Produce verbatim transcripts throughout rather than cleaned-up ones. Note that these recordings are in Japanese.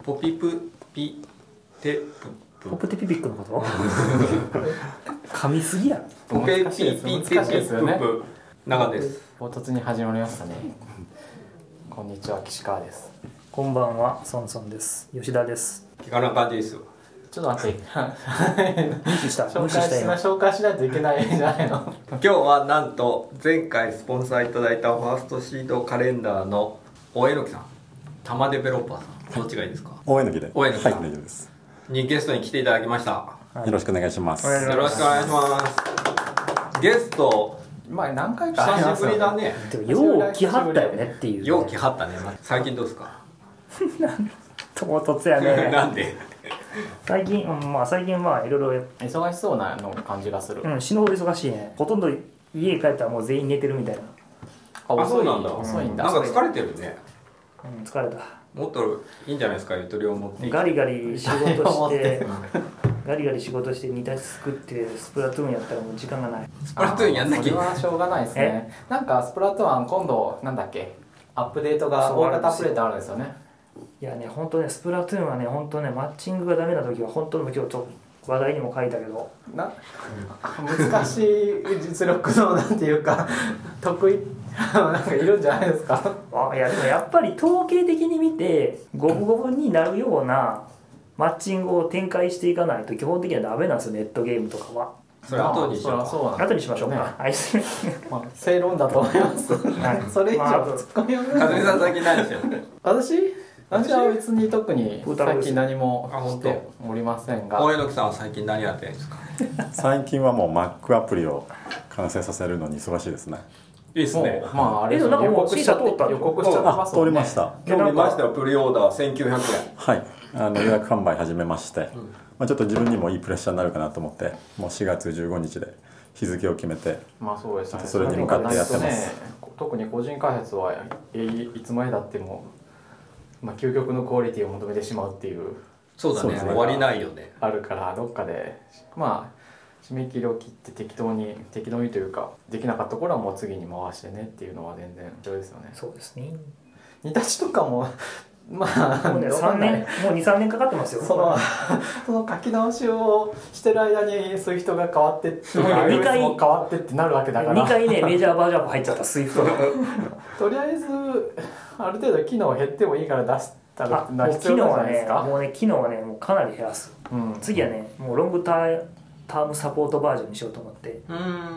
ポピプピテプポプテピピックのこと噛みすぎや。 ポペピピテピププ長です。 唐突に始まりましたね。こんにちは、岸川です。 こんばんは、ソンソンです。吉田です。 気がな感じですよ。 ちょっと待って無視した紹介しな紹介しないといけないんじゃないの今日はなんと前回スポンサーいただいたファーストシードカレンダーの大榎木さん、玉デベロッパーさん、どっちがいいですか？ 大榎木で。 大榎木さん、 はい、大丈夫です。 にゲストに来ていただきました。 はい、よろしくお願いします。 よろしくお願いします。ゲストまあ何回か久しぶりだね。 でもよう来はったよねっていう、ね、 よう来はったね。最近どうですか？ 唐突やねなんで最近、うん、まあ最近まあいろいろ忙しそうなの感じがする。 うん、死ぬほど忙しいね。ほとんど家帰ったらもう全員寝てるみたいな。 あ、 遅いなんだ。 遅いんだ。 なんか疲れてるね。 うん、疲れた。 もっといいんじゃないですか、ゆとりを持ってガリガリ仕事してガリガリ仕事して煮立ち作ってスプラトゥーンやったらもう時間がない。 スプラトゥーンやんなきゃ。 それはしょうがないですね。なんかスプラトゥーン今度なんだっけ、アップデートが大型アップデートあるんですよね。 いやね、本当ね、スプラトゥーンはね、本当ね、マッチングがダメな時は本当の今日ちょっと話題にも書いたけどな難しい実力のなんていうか得意なんかいるんじゃないですか。 あ、いやでもやっぱり統計的に見て五分五分になるようなマッチングを展開していかないと基本的にはダメなんですよ、ネットゲームとかは。 それ後にしようそう後にしましょうか、ね、はいまあ、正論だと思います、はい、それ以上ツッコミをかずみさん最近何してる？ 私私は別に特に最近何もしておりませんが。 大榎木さんは最近何やってるんですか？ 最近はもう Mac アプリを完成させるのに忙しいですね。 いいですね。 まああれ予告しちゃって予告しちゃってますもんね。 通りました。 今日見ましたよ、プリオーダーせんきゅうひゃくえん。 はい、あの予約販売始めまして、うん、まあ、ちょっと自分にもいいプレッシャーになるかなと思ってもうしがつじゅうごにちで日付を決めて、 まあそうですね、 それに向かってやってます。 ね、特に個人開発はいつまでだっても、まあ、究極のクオリティを求めてしまうっていう。 そうだね、終わりないよね。 あるからどっかでまあ締め切りを切って適当に適当にというか、できなかったところはもう次に回してねっていうのは全然必要ですよね。 そうですね。 煮立ちとかもまあもうねさんねんもうにさんねんかかってますよ。 そのその書き直しをしてる間にスイフトが変わってってにかいも変わってってなるわけだからにかいねメジャーバージョンアップ入っちゃったスイフトがとりあえずある程度機能減ってもいいから出したら必要なんじゃないですか。 もうね機能はねもうかなり減らす、うん、次はねもうロングタータームサポートバージョンにしようと思って、うん、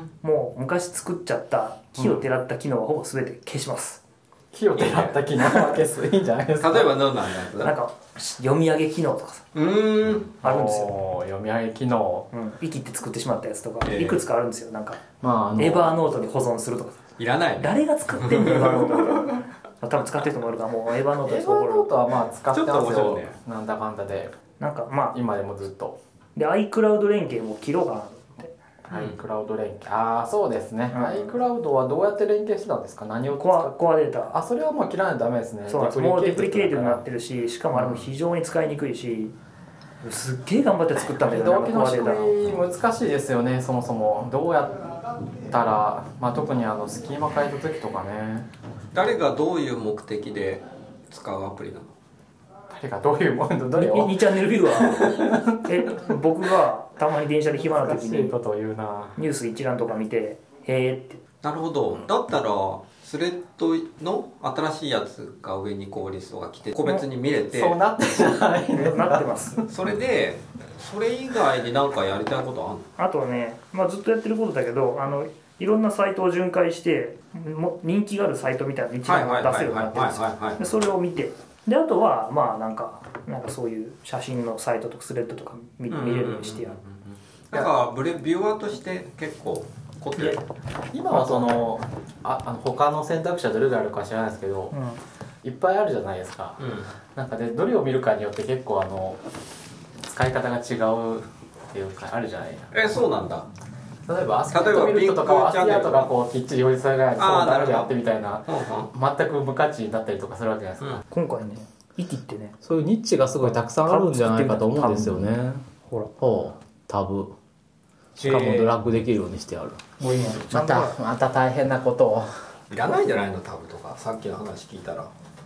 もう昔作っちゃった火をてらった機能はほぼ全て消します、 うん、火をてらった機能は消すいいんじゃないですか。 例えばどうなんだ。 なんか読み上げ機能とかさ、 うーんあるんですよ。 読み上げ機能、 うん、生きって作ってしまったやつとか、えー、いくつかあるんですよ。なんか、 まあ、あのエバーノートに保存するとかいらない、ね、 誰が使ってんのエバーノート多分使ってる人もいるからもうエバーノートエバーノートはまあ使ってますよ、 ね、 なんだかんだでなんかまあ今でもずっとで iCloud 連携も切ろうかなと思って、 うん、iCloud 連携ああそうですね、うん、iCloud はどうやって連携してたんですか。何を使コア、コアデータ。 あ、それはもう切らないとダメですね。 そうもうデプリケートになってるし、しかもあれも非常に使いにくいし、うん、すっげえ頑張って作ったんだけど、 同期の仕組み難しいですよね。そもそもどうやったら、まあ、特にあのスキーマ変えた時とかね。 誰がどういう目的で使うアプリなの？ 誰がどういうものどれをにチャンネルビューはえ僕がたまに電車で暇な時にニュース一覧とか見てへえって。 なるほど。だったらスレッドの新しいやつが上にこうリストが来て個別に見れて、 そうなってじゃないなってます。 それでそれ以外に何かやりたいことあるの？ あとはね、まあ、ずっとやってることだけど、あのいろんなサイトを巡回しても人気があるサイトみたいなの一覧を出せるようになってるんですよ。でそれを見て、であとはまあなんかなんかそういう写真のサイトとかスレッドとか 見, 見れるようにしてやる。 だからブレビューアーとして結構凝ってる。 今はそのああの他の選択肢はどれがあるか知らないですけど、うん、いっぱいあるじゃないですか、うん、なんかでどれを見るかによって結構あの使い方が違うっていうかあるじゃないですか。 え、そうなんだ。 例えばアスキート見る人とかはアスキートがこうきっちり表示されないとそうダメであってみたいな、全く無価値になったりとかするわけじゃないですか、 うん、今回ねイティってねそういうニッチがすごいたくさんあるんじゃないかと思うんですよね。ほらほうタブしかもドラッグできるようにしてある、えー、またまた大変なことをいらないんじゃないのタブとか。さっきの話聞いたらい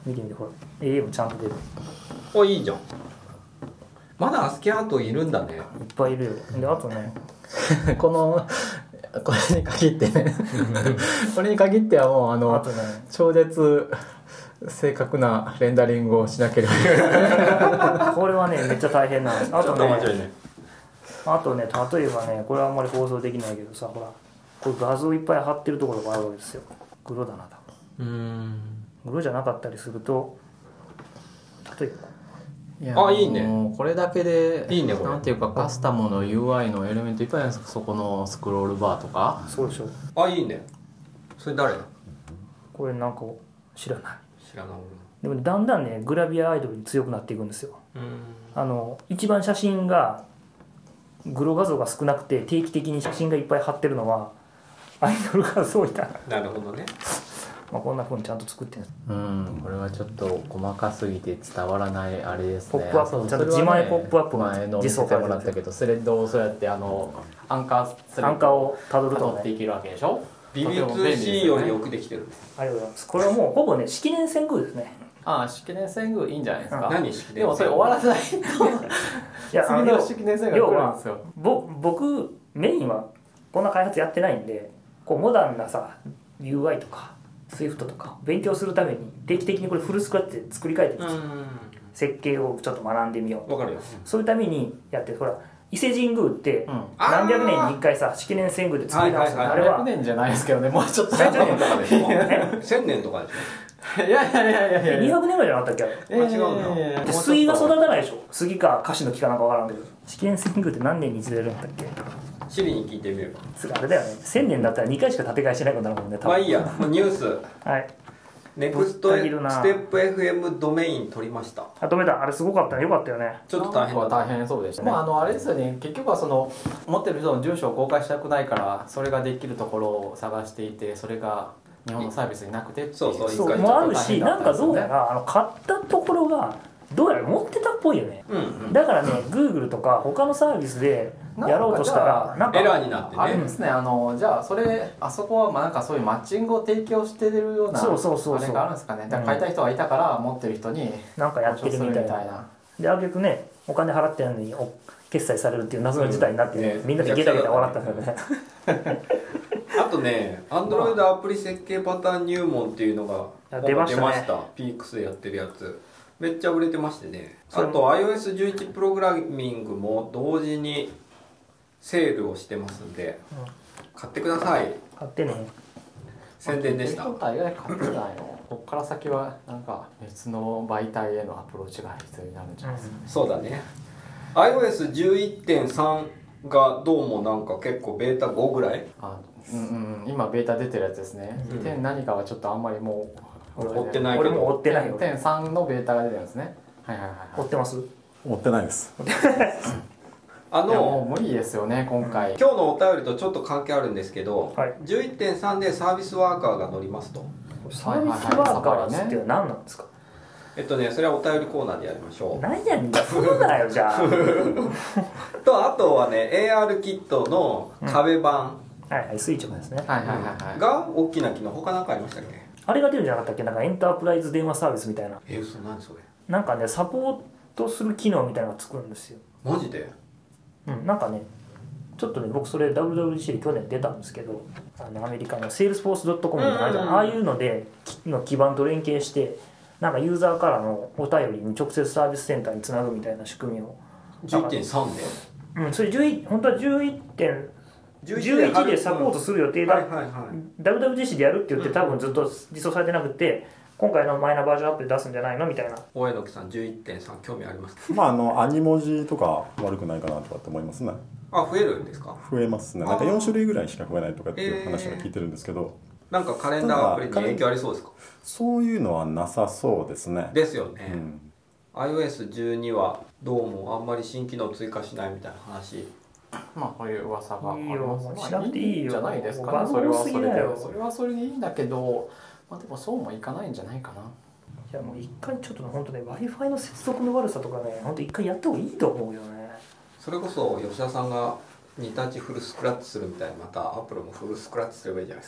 見てみてほら エーエー もちゃんと出る。 あ、いいじゃん。まだアスキーアートいるんだね。 いっぱいいるよ。であとねこのこれに限ってねこれに限ってはもうあのあとね超絶正確なレンダリングをしなければいけないこれはねめっちゃ大変なんです。あとね面白いね。 あとね例えばねこれはあんまり放送できないけどさ、ほらこれ画像いっぱい貼ってるところがあるわけですよ。黒だなだ。 うーん。 黒じゃなかったりすると例えばいやあいいねもうこれだけでいいねこれなんていうかカスタムの ユーアイ のエレメントいっぱいあるんですか。そこのスクロールバーとか。 そうでしょ。 あ、いいね。それ誰？ これなんか知らない。 知らない。 でもねだんだんねグラビアアイドルに強くなっていくんですよ。 うーん。 あの一番写真がグロ画像が少なくて定期的に写真がいっぱい貼ってるのはアイドル画像みたいな、 なるほどね。 まあ、こんな風にちゃんと作ってるんです。 うんこれはちょっと細かすぎて伝わらないあれですね。 ポップアップそうちゃんとそれはね自前ポップアップが前の見せてもらったけどスレッドをそうやってあのアンカースレッド参加をたどるとね辿っていけるわけでしょ。 ビービーツーシー よりよくできてる。 ありがとうございます。これはもうほぼね式年遷宮ですね。 ああ式年遷宮いいんじゃないですか。 何式年遷宮でもそれ終わらないといや次の式年遷宮が来るんですよ。 ぼ僕メインはこんな開発やってないんで、こうモダンなさ ユーアイ とか スイフト とか勉強するために定期的にこれフルスクラッチで作り変えてるんですよ。設計をちょっと学んでみようと。 わかるよ。 そういうためにやってる。ほら伊勢神宮ってうん何百年に一回さ式年遷宮で作り直すの、 はいはいはいあれはひゃくねんじゃないですけどね、もうちょっとひゃくねんとかでしょ。せんねんとかでしいやいやいやいやいやにひゃくねんぐらいじゃなかったっけあれ間違うな。 いやいやいやで杉が育たないでしょ。杉か樫の木かなんかわからんけど、式年遷宮って何年に一度やるんだっけ。 シリに聞いてみれば。 すぐあれだよね、せんねんだったらにかいしか建て替えしないことになるもんね多分。 まあいいや。もうニュース。 はい、 ネクストステぶった切るなップ エフエム ドメイン取りました。 あ止めた。あれすごかったね。よかったよね。 ちょっと大変だった。 大変そうでしたね。まああのあれですよね。結局はその持ってる人の住所を公開したくないからそれができるところを探していて、それが日本のサービスになくてっていそうそうそう一回もあるし、 大変だなんかったんですよねどうやらあの買ったところがどうやら持ってたっぽいよね。 うんうん。 だからね Google とか他のサービスでやろうとしたらなんかエラーになってねあれで。すね。あのじゃあそれあそこはまあなんかそういうマッチングを提供してるようなそうそうそうそうあれがあるんですかね。だから買いたい人がいたから持ってる人になんかやってるみたいな。であげくねお金払ってるのにお決済されるっていう謎の事態になって、ねうんねみんなでゲタゲタ笑ったんですよね。 あとね、Android アプリ設計パターン入門っていうのがあ出ましたねピークスでやってるやつ。めっちゃ売れてましてね。あそれと アイオーエスじゅういち プログラミングも同時にセールをしてますんで、買ってください。 買ってね。 宣伝でした。 結局大概買ってないの。ここから先はなんか別の媒体へのアプローチが必要になるんじゃないですか。 そうだね。アイオーエスじゅういってんさん がどうもなんか結構ベータごぐらいあ、うんうん、今ベータ出てるやつですね。 うん点何かはちょっとあんまりもう追ってないけど。 俺も追ってないよ。 点さんのベータが出てるんですね。はいはいはいはい。 追ってます。 追ってないです。 あいやものう無理ですよね今回。 今日のお便りとちょっと関係あるんですけど、 はいじゅういってんさんでサービスワーカーが乗りますと。 サービスワーカーっていうのは何なんですか。 えっとね、それはお便りコーナーでやりましょう。 何やねんだ振るなよじゃあ。 とあとはね エーアール キットの壁板はいはい垂直ですね。 はいはいはいはい。 が大きな機能、他何かありましたっけ？ あれが出るんじゃなかったっけ。なんかエンタープライズ電話サービスみたいな。 え、嘘、何それ？ なんかねサポートする機能みたいなのがつくんですよ。 マジで？ うん、なんかねちょっとね僕それ ダブリューダブリューディーシー で去年出たんですけど、あのアメリカのセールスフォースドットコムみたいなのあるじゃん、 うんうんうんああいうのでの基盤と連携してなんかユーザーからのお便りに直接サービスセンターにつなぐみたいな仕組みを、 じゅういってんさんでうん、それじゅういち本当はじゅういってんじゅういちでサポートする予定だ、 はいはいはい。 ダブリューダブリューディーシー でやるって言って多分ずっと実装されてなくて今回のマイナーバージョンアップで出すんじゃないのみたいな。 大江の木さんじゅういってんさん興味ありますか？ まああのアニ文字とか悪くないかなとかって思いますね。 あ、増えるんですか？ 増えますね。なんかよん種類ぐらいしか増えないとかっていう話は聞いてるんですけど、 なんかカレンダーアプリに影響ありそうですか？ そういうのはなさそうですね。 ですよね、 うん、 アイオーエスじゅうに はどうもあんまり新機能追加しないみたいな話。 まあこういう噂がありいいよます。 もうまあしなくていいよんじゃないですかバね。それはグ多すそれでぎだよそれはそれでいいんだけど、まあでもそうもいかないんじゃないかな。 いやもう一回ちょっとね本当ね Wi-Fi の接続の悪さとかね本当一回やった方がいいと思うよね。 それこそ吉田さんがニタッチフルスクラッチするみたいにまたアップルもフルスクラッチすればいいじゃないですか。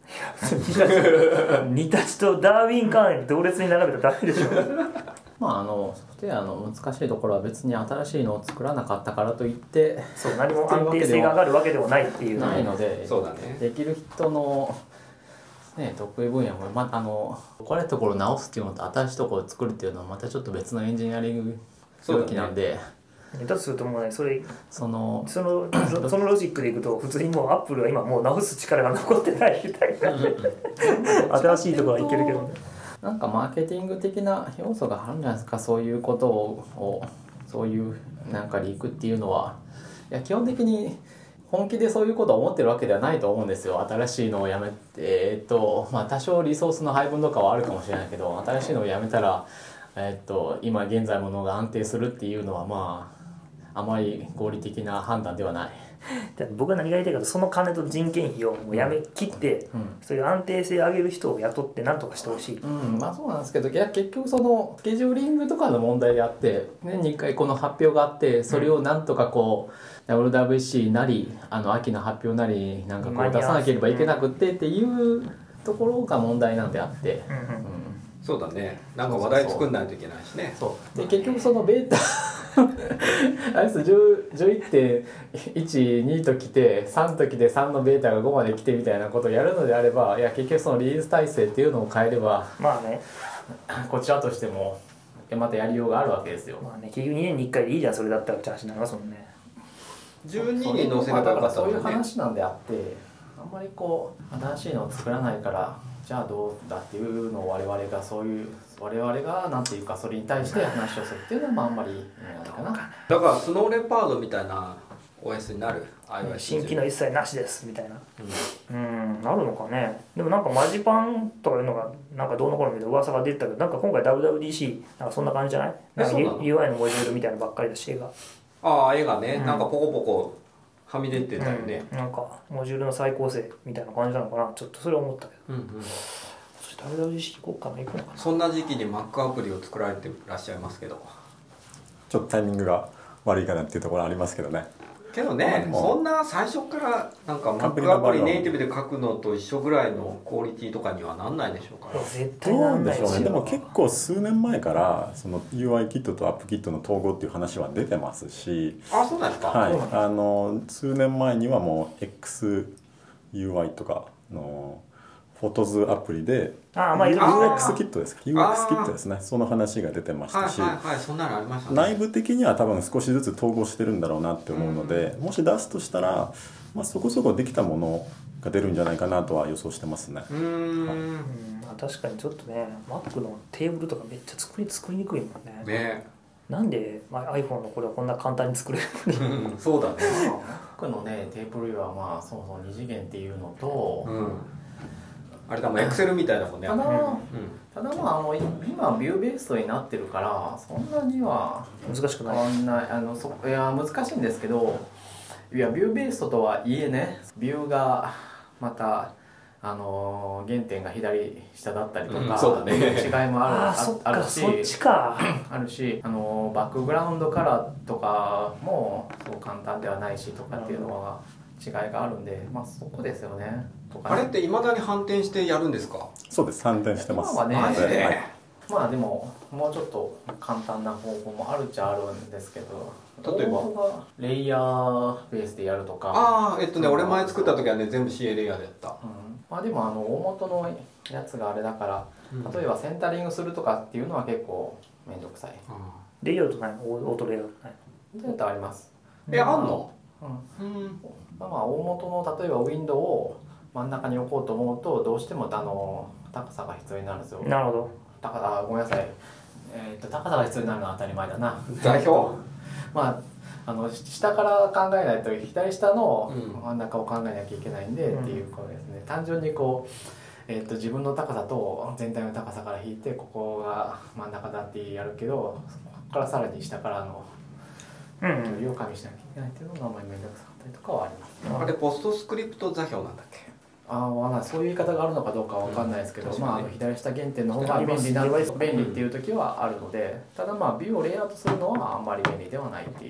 ニタチとダーウィン関連同列に並べたらダメでしょ。 まああのソフトウェアの難しいところは別に新しいのを作らなかったからといってそう何も安定性が上がるわけではないっていうないので、 そうだね、 できる人の、ね、得意分野も、まあ、あの壊れたところを直すっていうのと新しいところを作るっていうのはまたちょっと別のエンジニアリング領域なんで。 だとするともうねそれそのそのそのロジックでいくと普通にもうアップルは今もう直す力が残ってないみたいな新しいところはいけるけどね。 なんかマーケティング的な要素があるんじゃないですか、そういうことをそういうなんかリークっていうのは。いや基本的に本気でそういうことを思ってるわけではないと思うんですよ。新しいのをやめてえー、っとまあ多少リソースの配分とかはあるかもしれないけど、新しいのをやめたらえー、っと今現在ものが安定するっていうのはまああまり合理的な判断ではない。 僕が何が言いたいかと、その金と人件費をもうやめ切って、うん、そういう安定性を上げる人を雇って何とかしてほしい、 うん、まあそうなんですけど、いや結局そのスケジューリングとかの問題であって、年にいっかいこの発表があって、それをなんとかこう、うん、ダブリューダブリューシー なりあの秋の発表なりなんかこう出さなければいけなくてっていうところが問題なんであって、うんうんうん、 そうだね、なんか話題作んないといけないしね。 そうで結局そのベータあれです じゅういってんいち、にと来てさんと来てさんのベータがごまで来てみたいなことをやるのであれば、いや結局そのリリース体制っていうのを変えればまあねこちらとしてもまたやりようがあるわけですよ。 まあね、結局にねんにいっかいでいいじゃんそれだったらって話になりますもんね。 じゅうにに乗せればよかったそういう話なんであって、あんまりこう新しいのを作らないからじゃあどうだっていうのを我々がそういう我々がなんていうかそれに対して話をするっていうのはまああんまり意味ないかな。 だからスノーレパードみたいな オーエス になる、 新規の一切なしですみたいな、うん、うんなるのかね。でもなんかマジパンとかいうのがなんかどうのこうのみたいな噂が出てたけど、なんか今回 ダブリューダブリューディーシー なんかそんな感じじゃない？なんか ユーアイ のモジュールみたいなのばっかりだし、絵がああ絵がね、うん、なんかポコポコはみ出てたよね、 うん、なんかモジュールの再構成みたいな感じなのかな、ちょっとそれは思ったけど、うんうん、ダブリューダブリューディーシー 行こうかな行こうかな。 そんな時期に Mac アプリを作られてらっしゃいますけど、 ちょっとタイミングが悪いかなっていうところありますけどね。 けどね、そんな最初からなんか Mac アプリネイティブで書くのと一緒ぐらいのクオリティとかにはなんないでしょうから。 絶対なんないでしょうね。 でも結構数年前からその ユーアイ キットとアップキットの統合っていう話は出てますし、 あ、そうなんですか。 はい、あの数年前にはもう エックスユーアイ とかのフォトズアプリであ、まあ、ユーエックス キットですか ユーエックス キットですね、その話が出てましたし、 はいはいはい、そんなのありましたね。 内部的には多分少しずつ統合してるんだろうなって思うので、もし出すとしたら、まあ、そこそこできたものが出るんじゃないかなとは予想してますね。 うーん、 はい、うん確かにちょっとね Mac のテーブルとかめっちゃ作り作りにくいもんね。 ねなんで、まあ、iPhone のこれはこんな簡単に作れるのにそうだね。 Mac のねテーブルはまあそもそもに次元っていうのと、 うんあれだもんエクセルみたいだもんね。 ただ、うん、ただまああの今ビューベーストになってるからそんなには難しくない。 変わんない。あのそいや難しいんですけど、いやビューベーストとはいえね、ビューがまたあの原点が左下だったりとか、うん、 そうだね、 違いもあるあ, あ, そあるし、 そっちかあるし、あのバックグラウンドカラーとかもそう簡単ではないしとかっていうのは違いがあるんで、まあそこですよね。 あれっていまだに反転してやるんですか？ そうです、反転してます。 今はね、 マジで、はい、 まあでももうちょっと簡単な方法もあるっちゃあるんですけど、 例えばレイヤーベースでやるとか。 ああえっとね俺前作った時はね全部 シーエー レイヤーでやった、うん、 まあでもあの大元のやつがあれだから、うん、例えばセンタリングするとかっていうのは結構めんどくさい、うん、 レイアウトないの？オートレイアウトないの？ レイアウトあります。 え、あんの？ うん、うん、まあ大元の例えばウィンドウを真ん中に置こうと思うとどうしてもあの高さが必要になるんですよ。 なるほど。 高さごめんなさい、えー、と高さが必要になるのは当たり前だな。 座標まああの下から考えないと左下の真ん中を考えなきゃいけないんで、うん、っていうことですね。単純にこう、えー、と自分の高さと全体の高さから引いてここが真ん中だってやるけど、ここからさらに下からの距離を加味しなきゃいけないっていうのがあんまり面倒くさかったりとかはあります、 ね、あれポストスクリプト座標なんだっけ？ あまあ、そういう言い方があるのかどうかは分かんないですけど、うんまあ、あの左下原点の方が便利な便利っていう時はあるので、ただまあビューをレイアウトするのはあんまり便利ではないっていう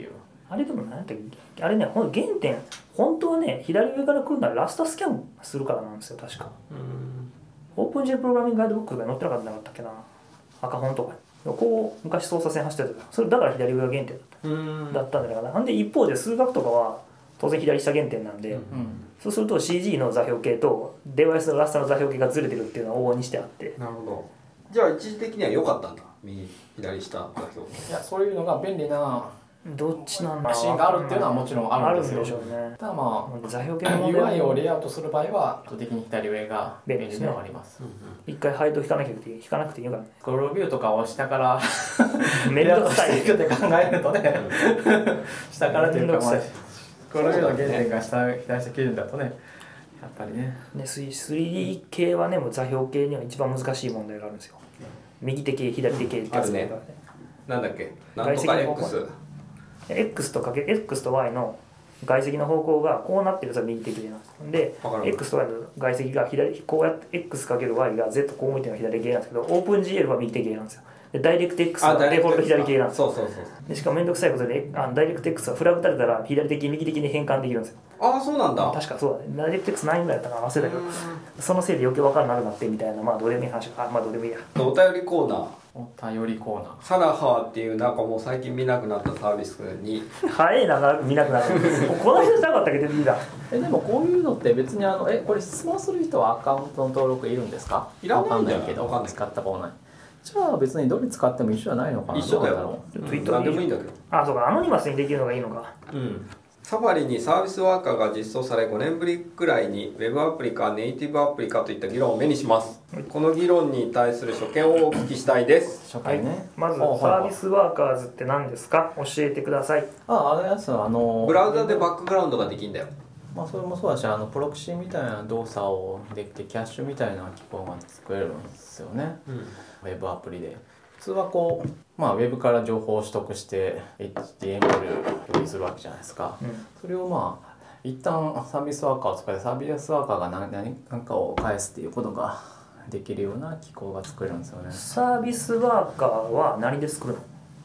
あれでも何やったっけ、あれね、原点本当はね左上から来るならラストスキャンするからなんですよ確か。オープン J プログラミングガイドブックが載ってなかったなかったっけな、赤本とかこう昔操作線走ってたから、それだから左上が原点だっただったんじゃないかな。なんで一方で数学とかは当然左下原点なんで、うん、そうすると シージー の座標系と デバイス のラスタの座標系がずれてるっていうのは往々にしてあって。 なるほど。じゃあ一時的には良かったんだ、右左下座標系。 いやそういうのが便利などっちなんだマシンがあるっていうのはもちろんあるんですよ。 あるんでしょうね。 ただまあ座標系の問題ユーアイ をレイアウトする場合は圧倒的に左上が便利ではあります。 一回ハイド引かなきゃいけない、引かなくていいからね。 スクロールビューとかを下からメンドくさいって考えるとね下からというか、まあ、スクロールビューの原点が下左下基準だとねやっぱりね。 ね スリーディー 系はねもう座標系には一番難しい問題があるんですよ。右手系左手系ってやつがあるからね。 なんだっけ、なんとか X X とかけ X と Y の外積の方向がこうなってるやつは右手系なんです。で X と Y の外積が左こうやって X×Y が Z こう向いてるのが左系なんですけど、オープン ジーエル は右手系なんですよ。でダイレクト X はデフォルト左系なんですよ。 そうそうそうでしかも面倒くさいことであダイレクト X はフラグ立てたら左手右手に変換できるんですよ。 ああそうなんだ。 確かそうだね。ダイレクト X 何ぐらいだったかな忘れたけど、そのせいで余計分からなくなってみたいな、まあどうでもいい話か。まあどうでもいいや。 お便りコーナーお便りコーナーサラハーっていうなんかもう最近見なくなったサービスに早いな見なくなるこの人じゃなかったっけ出てきた。 えでもこういうのって別にあのえこれ質問する人はアカウントの登録いるんですか？ いらないんじゃないわかんないけど使ったことない。じゃあ別にどれ使っても一緒じゃないのかな。 一緒だよ。 ツイート何でもいいんだけど。 あそうか、アノニマスにできるのがいいのか。 うんサファリにサービスワーカーが実装されごねんぶりくらいに Web アプリかネイティブアプリかといった議論を目にします。この議論に対する所見をお聞きしたいです。 初回ね、はい、 まずサービスワーカーズって何ですか教えてください。 ああれやつはあのブラウザでバックグラウンドができるんだよ。 まあそれもそうだし、あのプロクシーみたいな動作をできてキャッシュみたいな機構が作れるんですよね、うん、ウェブアプリで。普通はこう、まあ、ウェブから情報を取得して エイチティーエムエル 処理するわけじゃないですか、うん、それをまあ一旦サービスワーカーを使ってサービスワーカーが何何かを返すっていうことができるような機構が作れるんですよね。 サービスワーカーは何で作るの？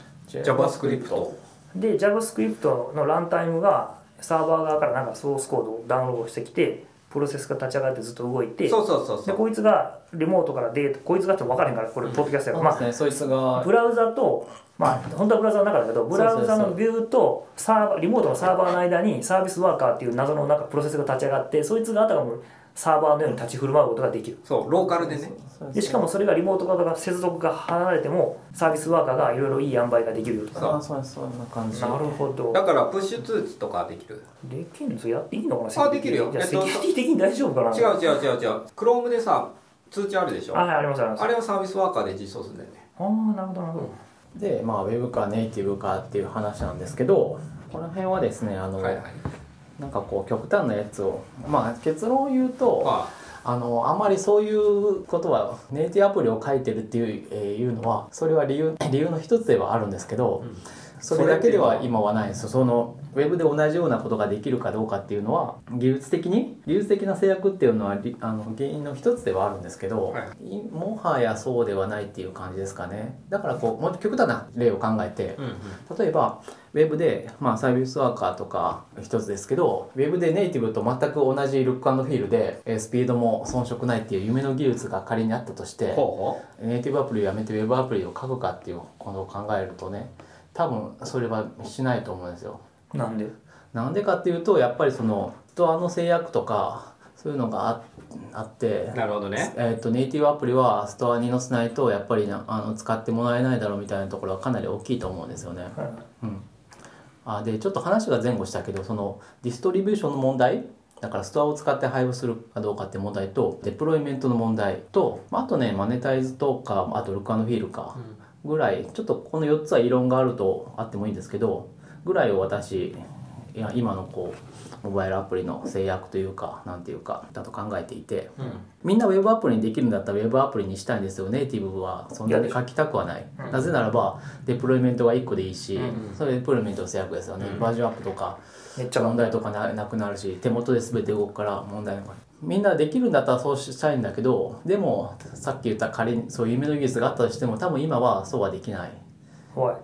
JavaScript で JavaScript のランタイムがサーバー側からなんかソースコードをダウンロードしてきてプロセスが立ち上がってずっと動いて、 そうそうそうそうでこいつがリモートからデータ、こいつがちょっと分からへんからこれポッドキャストやから、 うん、まあそいつがブラウザとまあ本当はブラウザの中だけどブラウザのビューとサーバーリモートのサーバーの間にサービスワーカーっていう謎のなんかプロセスが立ち上がって、そいつがあたかもサーバーのように立ち振る舞うことができる。 そうローカルでね。 でしかもそれがリモート側が接続が離れてもサービスワーカーがいろいろいい塩梅ができるよとか。 そうそうそんな感じ。 なるほど。 だからプッシュ通知とかできる。 できるの？それやっていいのかな？ あできるよ。 じゃあセキュリティ的に大丈夫かな？ 違う違う違う違う。Chrome でさ通知あるでしょ。 あありますあります。 あれをサービスワーカーで実装するんだよね。 ああなるほどなるほど。 でまあウェブかネイティブかっていう話なんですけど、この辺はですねあの、はいはい、なんかこう極端なやつをまあ結論を言うと。あああのあまりそういうことはネイティブアプリを書いてるっていう、えー、いうのはそれは理由理由の一つではあるんですけど、うん、それだけでは今はないんですよ。そのウェブで同じようなことができるかどうかっていうのは技術的に技術的な制約っていうのはあの原因の一つではあるんですけど、はい、もはやそうではないっていう感じですかね。だからこうもっと極端な例を考えて、うんうん、例えばウェブで、まあ、サービスワーカーとか一つですけど、ウェブでネイティブと全く同じルック&フィールでスピードも遜色ないっていう夢の技術が仮にあったとして、ほうほうネイティブアプリをやめてウェブアプリを書くかっていうことを考えるとね、多分それはしないと思うんですよ。 なんで？ なんでかっていうとやっぱりそのストアの制約とかそういうのが あ, あってなるほどね、 えーと、ネイティブアプリはストアに載せないとやっぱりなあの使ってもらえないだろうみたいなところはかなり大きいと思うんですよね、はい、うんあでちょっと話が前後したけどそのディストリビューションの問題だからストアを使って配布するかどうかっていう問題とデプロイメントの問題とあとねマネタイズとかあとルック&フィールかぐらい、うん、ちょっとこのよっつは異論があるとあってもいいんですけどぐらいを私いや今のこうモバイルアプリの制約というかなんていうかだと考えていて、うん、みんなウェブアプリにできるんだったらウェブアプリにしたいんですよ。ネイティブはそんなに書きたくはない、うん、なぜならばデプロイメントがいっこでいいし、うん、それデプロイメントの制約ですよね、うん、バージョンアップとかめっちゃ問題とか な, なくなるし手元で全て動くから問題なくなる。みんなできるんだったらそうしたいんだけどでもさっき言った仮にそういう夢の技術があったとしても多分今はそうはできない。 はい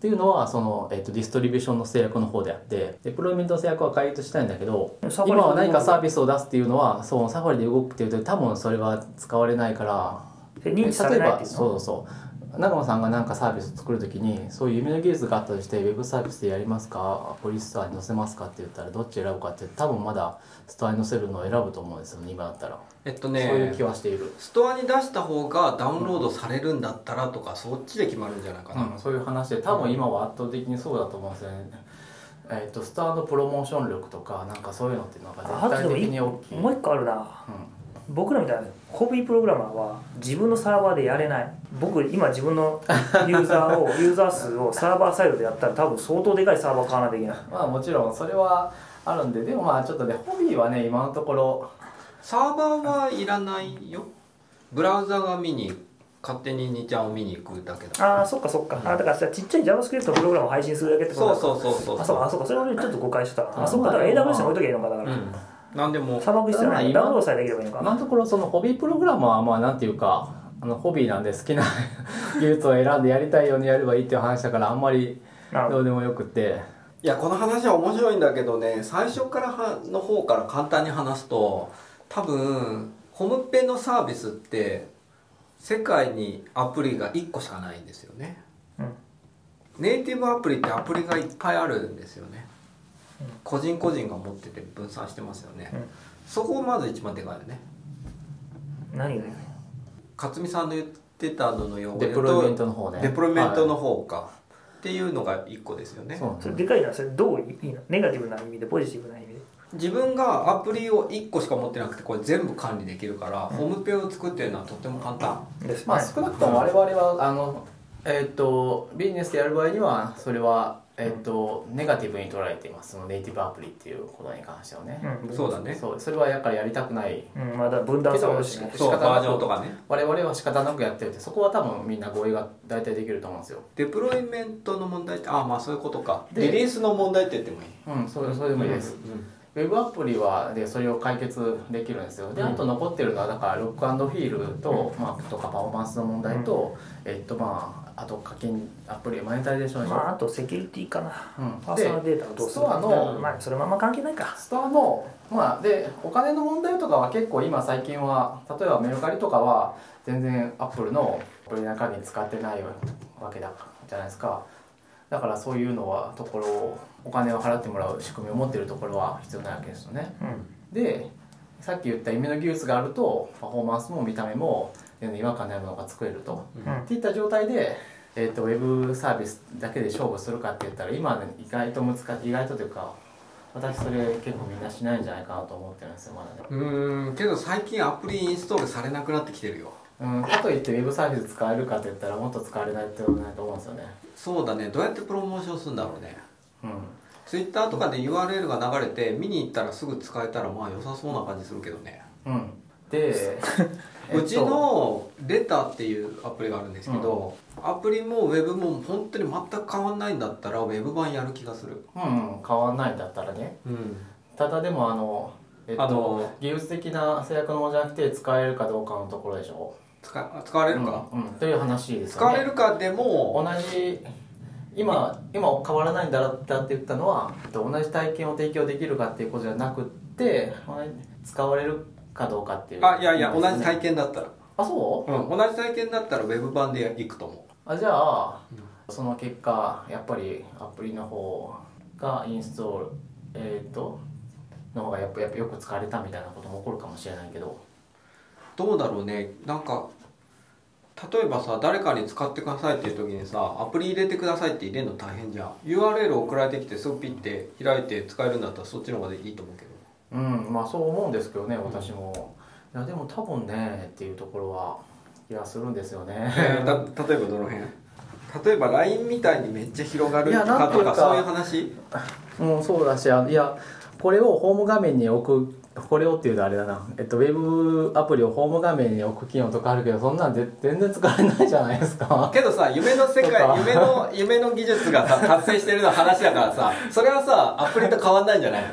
っていうのはその、えー、とディストリビューションの制約の方であって、デプロイメントの制約は解決したいんだけど、今は何かサービスを出すっていうのはそうサファリで動くっていうと多分それは使われないから、 認知されないっていうの。 そうそうそう長野さんが何かサービスを作るときにそういう夢の技術があったとしてウェブサービスでやりますかアプリストアに載せますかって言ったらどっち選ぶかって多分まだストアに載せるのを選ぶと思うんですよね今だったら。 えっとねそういう気はしている。 ストアに出した方がダウンロードされるんだったらとか、うん、そっちで決まるんじゃないかな、 うん、そういう話で多分今は圧倒的にそうだと思うんですよね。えー、とストアのプロモーション力とかなんかそういうのっていうのが絶対的に大きい。 もう一個あるな、うん僕らみたいなホビープログラマーは自分のサーバーでやれない。僕今自分のユーザーをユーザー数をサーバーサイドでやったら多分相当でかいサーバー買わないといけない。 まあもちろんそれはあるんで、でもまあちょっとねホビーはね今のところサーバーはいらないよ。ブラウザが見に勝手ににちゃんを見に行くだけだ。 ああそっかそっか、うん、あだからさちっちゃい JavaScript のプログラムを配信するだけってことだ。 そうそうそうそう。 あそうかあそうかそれ俺ちょっと誤解してた。あそうかだから エーダブリューエス に置いときゃいいのかだから、うんなんでも砂漠必要ない。ダウンロードさえできればいいのか。 今のところそのホビープログラマーはまあなんていうかあのホビーなんで好きな技術を選んでやりたいようにやればいいっていう話だからあんまりどうでもよくて。 いやこの話は面白いんだけどね最初からはの方から簡単に話すと多分ホームペのサービスって世界にアプリがいっこしかないんですよね、うん、ネイティブアプリってアプリがいっぱいあるんですよね。個人個人が持ってて分散してますよね、うん、そこをまず一番でかいよね。 何が勝美さんの言ってたののようにデプロイメントの方ねデプロイメントの方か、はい、っていうのがいっこですよね。 そうそれでかいな。それどういいの？ネガティブな意味でポジティブな意味で。 自分がアプリをいっこしか持ってなくてこれ全部管理できるから、うん、ホームペを作ってるのはとっても簡単です、ね。 まあ少なくとも我々はあのえっ、ー、とビジネスでやる場合にはそれはえー、とネガティブに捉えています。そのネイティブアプリっていうことに関してはね、 うん、そうだね。 そうそれはやっぱりやりたくない、 うん、まだ分断されるし、 そうバージョンとかね我々は仕方なくやってるってそこは多分みんな合意が大体できると思うんですよ。 デプロイメントの問題ってああまあそういうことか。リリースの問題って言ってもいい。 うんそれそれでもいいです、うんうんウェブアプリはでそれを解決できるんですよ。であと残ってるのはだからロックアンドフィールと、まあ、とかパフォーマンスの問題と、うん、えっとまああと課金アプリマネタイゼーションでしょ、 まあ、あとセキュリティかな、うん、パーソナルデータをどうするか。ストアの、 まあ、それまま関係ないか。 ストアのまあでお金の問題とかは結構今最近は例えばメルカリとかは全然アップルのアプリの中に使ってないわけだじゃないですか。だからそういうのはところをお金を払ってもらう仕組みを持っているところは必要なわけですよね、うん、でさっき言った夢の技術があるとパフォーマンスも見た目も全然違和感ないものが作れると、うん、っていった状態で、えーと、ウェブサービスだけで勝負するかって言ったら今、ね、意外と難しい意外とというか私それ結構みんなしないんじゃないかなと思ってるんですよまだね。 うーんけど最近アプリインストールされなくなってきてるよ。 うん、かといってウェブサービス使えるかって言ったらもっと使われないってことないと思うんですよね。 そうだね。どうやってプロモーションするんだろうね。 うんツイッターとかで ユーアールエル が流れて見に行ったらすぐ使えたらまあ良さそうな感じするけどね。 うんでうちのレタっていうアプリがあるんですけど、うん、アプリもウェブも本当に全く変わんないんだったらウェブ版やる気がする。 うん、うん、変わんないんだったらね、うん、ただでもあのえっと、あの技術的な制約のものじゃなくて使えるかどうかのところでしょ。 使, 使われるか、 うんうん、という話ですよね。 使われるかでも同じ今今変わらないんだって言ったのは同じ体験を提供できるかっていうことじゃなくって使われるかどうかっていう、 ね、あいやいや同じ体験だったらあそう、 うん、同じ体験だったらウェブ版でいくと思う。 あじゃあ、うん、その結果やっぱりアプリの方がインストールえっ、ー、との方がやっぱよく使われたみたいなことも起こるかもしれないけどどうだろうね。なんか例えばさ誰かに使ってくださいっていう時にさアプリ入れてくださいって入れるの大変じゃん。 ユーアールエル 送られてきてすぐピッて開いて使えるんだったらそっちの方がいいと思うけど。 うんまあそう思うんですけどね私も、うん、いやでも多分ねっていうところは気がするんですよね。 た例えばどの辺？例えば ライン みたいにめっちゃ広がるかとかそういう話？ うんそうだしいやこれをホーム画面に置くこれをっていうとあれだな、えっと、ウェブアプリをホーム画面に置く機能とかあるけどそんなんで全然使えないじゃないですか。 けどさ夢の世界夢の夢の技術がさ達成してるの話だからさそれはさアプリと変わんないんじゃないの？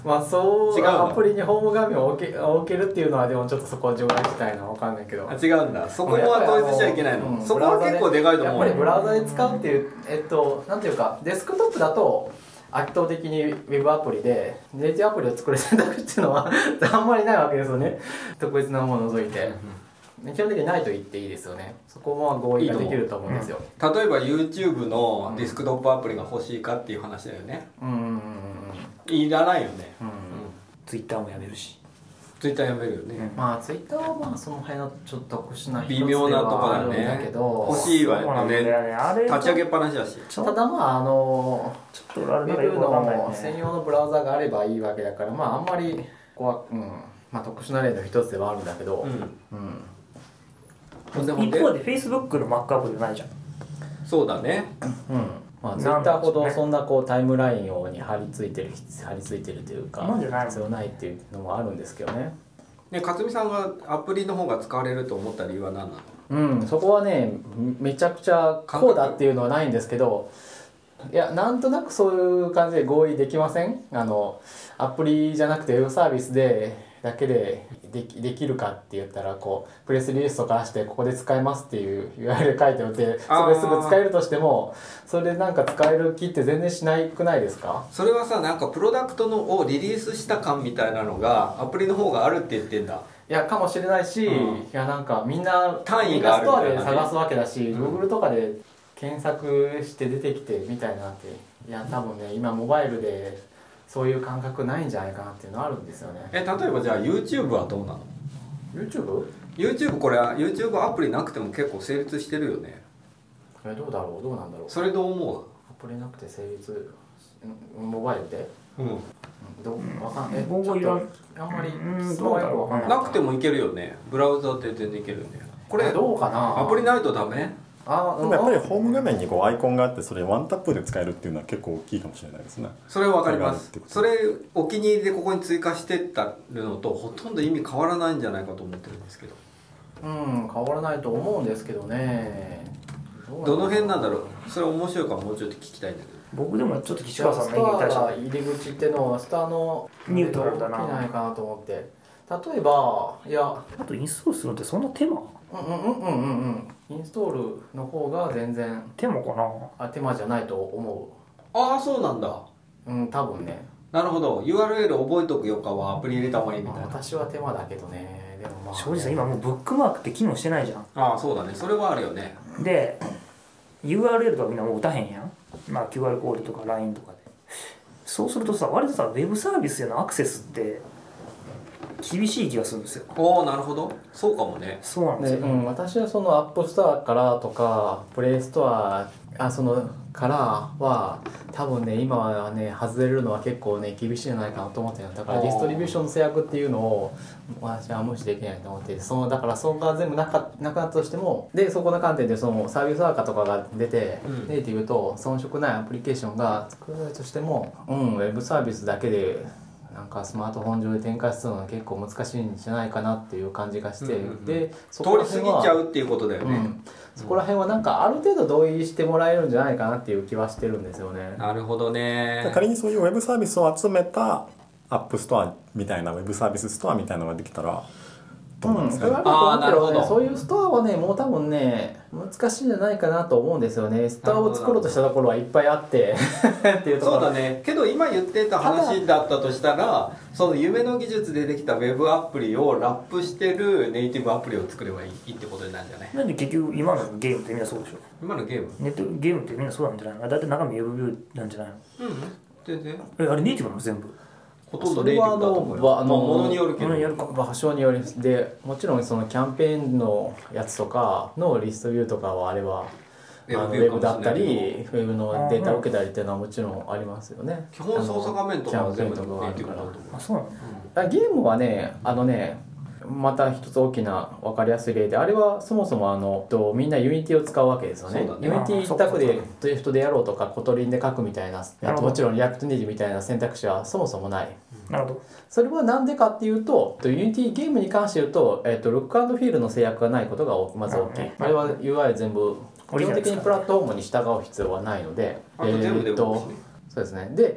まあそう違うのアプリにホーム画面を置け置けるっていうのはでもちょっとそこを除外したいのは分かんないけど、 あ違うんだ、そこは統一しちゃいけないの、 うんそこは結構でかいと思うよ。 やっぱりブラウザで使うっていう、えっとなんていうかデスクトップだと圧倒的にウェブアプリでネイティブアプリを作る選択肢っていうのはあんまりないわけですよね、特別なものを除いて。基本的にないと言っていいですよね。そこは合意ができると思うんですよ。 例えば YouTube のディスクトップアプリが欲しいかっていう話だよね。 うんうんうんうんいらないよね。 うん、 ツイッターもやめるし、 ツイッターやめるよね。 うんまあツイッターはまあその辺のちょっと特殊な一つ微妙なとこだではあるんだねけど、 欲しいわそうなよね。 んだよね。あれ立ち上げっぱなしだし。 ちょただまああのちょっとあウれなんかよェブくわかんないの専ね。 用のブラウザがあればいいわけだから、まああんまりここは、うんまあ、特殊な例の一つではあるんだけど、 うん。 うんほんでほんで一方で Facebook の Mac アプリないじゃん。 そうだね。 うんまあ、 なんツイッターほどなんでしょうねそんなこうタイムラインをに貼り付いてる貼り付いてるというかなんでないの必要ないっていうのもあるんですけどね。 ね、勝美さんがアプリの方が使われると思った理由は何なの？ うん、そこはねめちゃくちゃこうだっていうのはないんですけど、いやなんとなくそういう感じで合意できません？あのアプリじゃなくてウェブサービスでだけでできできるかって言ったらこうプレスリリースとかしてここで使えますっていう ユーアールエル 書いておいてそれすぐ使えるとしてもそれでなんか使える気って全然しないくないですか？ それはさ、なんかプロダクトのをリリースした感みたいなのがアプリの方があるって言ってんだ。 いやかもしれないし、 うんいやなんかみんな単位があるみんなストアでみたいなね探すわけだし、 うん Google とかで検索して出てきてみたいなっていや多分ね今モバイルでそういう感覚ないんじゃないかなっていうのはあるんですよね。 え、例えばじゃあ YouTube はどうなの？ YouTube？ YouTube これ YouTube アプリなくても結構成立してるよね。 えどうだろうどうなんだろう。 それどう思アプリなくて成立んモバイルで？ う？うん。 うんどうわかんえ僕もいらんちょっとあんまりうん質問がよくわかんない。 なくてもいけるよね。ブラウザで全然いけるよね。ここれれどうかな。 アプリないとダメ？ あでもやっぱりホーム画面にこうアイコンがあってそれワンタップで使えるっていうのは結構大きいかもしれないですね。 それはわかりますそれがあるってこと。 それお気に入りでここに追加してったのとほとんど意味変わらないんじゃないかと思ってるんですけど。 うん変わらないと思うんですけどね。 どの辺なんだろう。それ面白いからもうちょっと聞きたいんだけど。 僕でもちょっと岸スト川さんの意見に対してアはが入り口ってのはスターのニュートラルだな大きないかなと思って例えばいやあとインストールするのってそんな手間うんうんうんうんうんうんインストールの方が全然手間かな。 あ手間じゃないと思ああ、そうなんだ。 ううん多分ねなるほど。 ユーアールエル 覚えとくよかはアプリ入れた方がいいみたいな。 私は手間だけどねでもまあ、ね、 正直さ今もうブックマークって機能してないじゃん。 ああ、そうだね。それはあるよね。 で ユーアールエル とかみんなもう打たへんやん。まあ キューアール コードとか ライン とかでそうするとさ割とさウェブサービスへのアクセスって厳しい気がするんですよ。 おお、なるほど。そうかもね。 そうなんですよ、 でうん、私はそのアップストアからとかプレイストアあそのからは多分ね今はね外れるのは結構ね厳しいんじゃないかなと思ってる。だからディストリビューションの制約っていうのを私は無視できないと思ってそのだからそこが全部なかなくなったとしてもでそこの観点でそのサービスワーカーとかが出て、 うん、 ネイティブと遜色ないアプリケーションが作られたとしても、うん、ウェブサービスだけでなんかスマートフォン上で展開するのは結構難しいんじゃないかなっていう感じがして、 うんうんうん、 でそ通り過ぎちゃうっていうことだよね、 うん、そこら辺はなんかある程度同意してもらえるんじゃないかなっていう気はしてるんですよね。 なるほどね。 仮にそういうウェブサービスを集めたアップストアみたいなウェブサービスストアみたいなのができたらどうなんですかね。 うん、それはあると思うけどね、 あーなるほどそういうストアはねもう多分ね難しいんじゃないかなと思うんですよね。ストアを作ろうとしたところはいっぱいあってっていうところ。 そうだね。けど今言ってた話だったとしたらその夢の技術でできたウェブアプリをラップしてるネイティブアプリを作ればいいってことになるんじゃない？ なんで結局今のゲームってみんなそうでしょ。 今のゲーム？ ネットゲームってみんなそうなんじゃないの。だって中身ウェブビューなんじゃないの。 うん、全然えあれネイティブなの全部。 ほとんどネイティブだと思うよ。 あのまあものによるけど。 ものによるか場所によりでもちろんそのキャンペーンのやつとかのリストビューとかはあれはあのウェブだったりウェブのデータを受けたりっていうのはもちろんありますよね。 基本操作画面とかは全部ネイティブだと思う。 あそうなの。 あゲームはねあのねまた一つ大きな分かりやすい例であれはそもそもあのとみんなユニティを使うわけですよね。 そうだねユニティ一択でドリフトでやろうとかコトリンで書くみたいななるほどもちろんリアクトネイティブみたいな選択肢はそもそもない。 なるほど。 それはなんでかっていうとユニティゲームに関して言うと、えっと、ルックアンドフィールの制約がないことがまず大きい。あれは ユーアイ 全部基本的にプラットフォームに従う必要はないので、 あと全部でえっと動くしね。 そうですね。で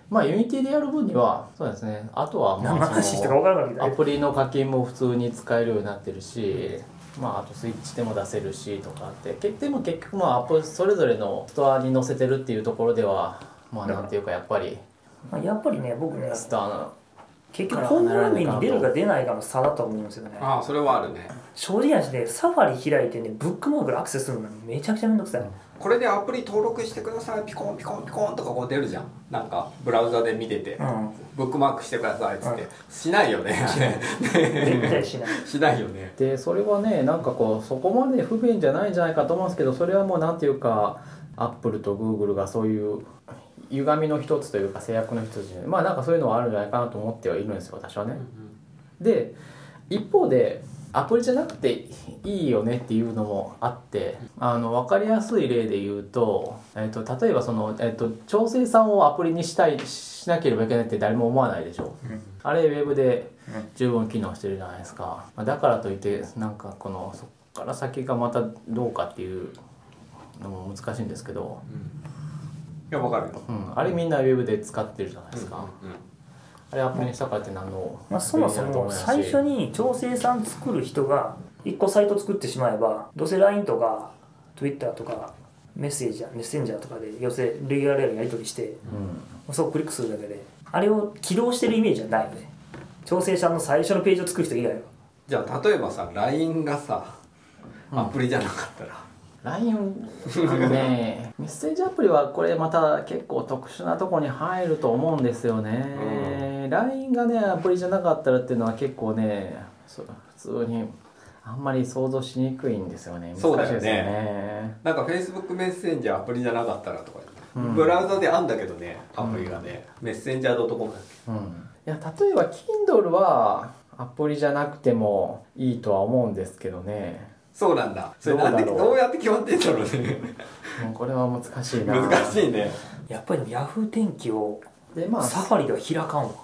まあユニティでやる分にはそうですね。あとはま何のあ話してそか分からなくのアプリの課金も普通に使えるようになってるし、まああとスイッチでも出せるしとかって、けでも結局まあアップそれぞれのストアに載せてるっていうところではまあなんていうかやっぱりまあやっぱりね僕ねストアの結局ホーム画面に出るか出ないかの差だと思うんですよね。 ああそれはあるね。 正直な話でサファリ開いてねブックマークでアクセスするのめちゃくちゃめんどくさい、うん、 これでアプリ登録してくださいピコンピコンピコンとかこう出るじゃん。なんかブラウザで見てて、うん、ブックマークしてくださいっつって、うん、しないよね絶対しないしないよね。 でそれはねなんかこうそこまで不便じゃないんじゃないかと思うんですけど、それはもうなんていうかアップルとグーグルがそういう歪みの一つというか制約の一つで、まあなんかそういうのはあるんじゃないかなと思ってはいるんですよ私はね、うんうん、で一方でアプリじゃなくていいよねっていうのもあって、あの分かりやすい例で言うと、えー、と例えばその、えー、と調整さんをアプリにしたいしなければいけないって誰も思わないでしょ、うん、あれウェブで十分機能してるじゃないですか、まあ、だからといってなんかこのそこから先がまたどうかっていうのも難しいんですけど、うん、 いや分かるよ、 うん、あれみんなウェブで使ってるじゃないですか、うんうんうん、あれアプリにしたからって何の、 まあ、そもそも最初に調整さん作る人がいっこサイト作ってしまえばどうせ ライン とか Twitter とかメッセージやメッセンジャーとかで要するに ユーアールエル やり取りして、うん、そこをクリックするだけであれを起動してるイメージはないよね。調整さんの最初のページを作る人以外は。 じゃあ例えばさ ライン がさアプリじゃなかったら、 うん、ライン あのねメッセージアプリはこれまた結構特殊なとこに入ると思うんですよね、うん、ライン がねアプリじゃなかったらっていうのは結構ね普通にあんまり想像しにくいんですよね。難しいですよね。そうだよね。 なんか Facebook メッセンジャーアプリじゃなかったらとか、うん、ブラウザであんだけどねアプリがね、うん、メッセンジャー .com だっけ、うん、いや例えば Kindle はアプリじゃなくてもいいとは思うんですけどね。 そうなんだ。それなんでどうやって決まってんだろうねもうこれは難しいな。 難しいね。 やっぱり Yahoo 天気をで、まあ、サファリでは開かんわ。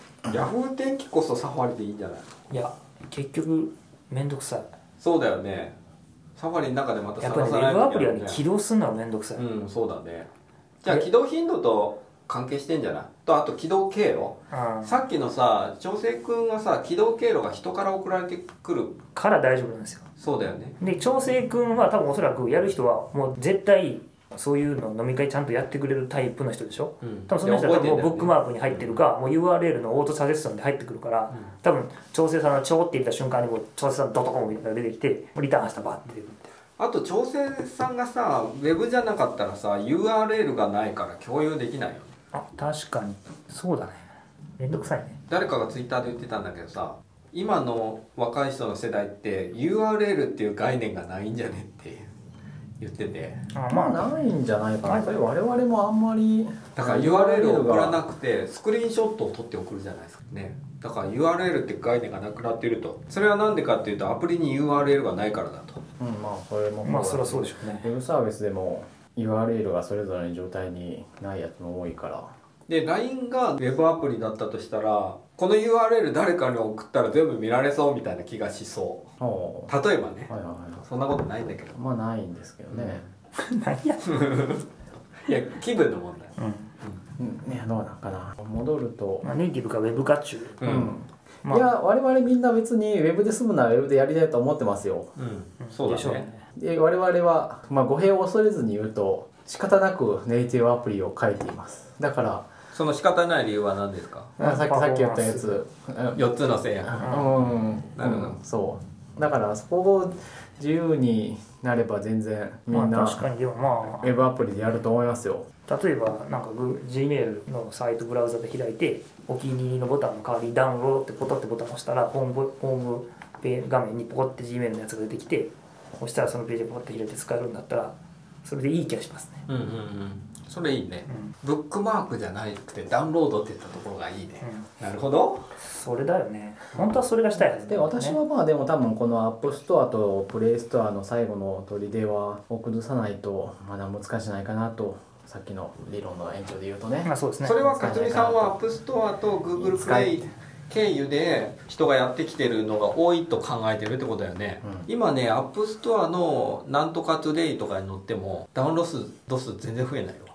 Yahoo 天気こそサファリでいいんじゃない？ いや結局めんどくさい。 そうだよね。サファリの中でまた探さないといけない、ね、 やっぱり、ね、ウェブアプリは、ね、起動するのはめんどくさい。 うん、そうだね。じゃあ起動頻度と関係してんじゃない？とあと起動経路、うん、さっきのさ調整くんはさ起動経路が人から送られてくるから大丈夫なんですよ。 そうだよね。 で調整くんは多分おそらくやる人はもう絶対そういうの飲み会ちゃんとやってくれるタイプの人でしょ、うん、多分その人は多分もうブックマークに入ってるか、うん、もう ユーアールエル のオートサジェスションで入ってくるから、うん、多分調整さんのチョーって言った瞬間にもう調整さん .com みたいなのが出てきてリターンしたバッて出るみたいな。あと調整さんがさウェブじゃなかったらさ ユーアールエル がないから共有できないよね。 あ確かにそうだね。めんどくさいね。 誰かがツイッターで言ってたんだけどさ今の若い人の世代って ユーアールエル っていう概念がないんじゃねって言ってて、 あまあないんじゃないかな。それ我々もあんまりだから ユーアールエル を送らなくてスクリーンショットを撮って送るじゃないですかね。だから ユーアールエル って概念がなくなっていると。それはなんでかっていうとアプリに ユーアールエル がないからだと。 うんまあそれもまあそりゃそうでしょうね。 ウェブサービスでも ユーアールエル がそれぞれの状態にないやつも多いから。 で ライン がウェブアプリだったとしたらこの ユーアールエル 誰かに送ったら全部見られそうみたいな気がしそう。例えばね、はいはいはい、そんなことないんだけど。 まあないんですけどね。 何やいや気分の問題。 うんうん、いやどうなんかな。戻ると、 まあ、ネイティブかウェブかっちゅう。うん。 まあ、いや我々みんな別にウェブで済むならウェブでやりたいと思ってますよ。 うん。そうでしょうね。 で我々はまあ語弊を恐れずに言うと仕方なくネイティブアプリを書いています。だから。 その仕方ない理由は何ですか？ さっきさっき言ったやつよっつの制約。 うんなるほど、うん、そうだからそこを自由になれば全然みんな、まあ、確かにでもまあウェブアプリでやると思いますよ。 例えばなんか Gmail のサイトブラウザで開いてお気に入りのボタンの代わりにダウンロードってポトってボタンを押したらホーム、ホームペ画面にポコって Gmail のやつが出てきて押したらそのページをポコって開いて使えるんだったらそれでいい気がしますね。 うんうんうんそれいいね、うん、ブックマークじゃなくてダウンロードっていったところがいいね、うん、なるほどそれだよね。本当はそれがしたいはずで、ね、私はまあでも多分このアップストアとプレイストアの最後の砦はを崩さないとまだ難しいんじゃないかなとさっきの理論の延長で言うとね、 まあそうですね。 それは勝美さんはアップストアと Google プレイ経由で人がやってきてるのが多いと考えてるってことだよね、うん、今ねアップストアのなんとかトゥデイとかに載ってもダウンロード数全然増えないよ。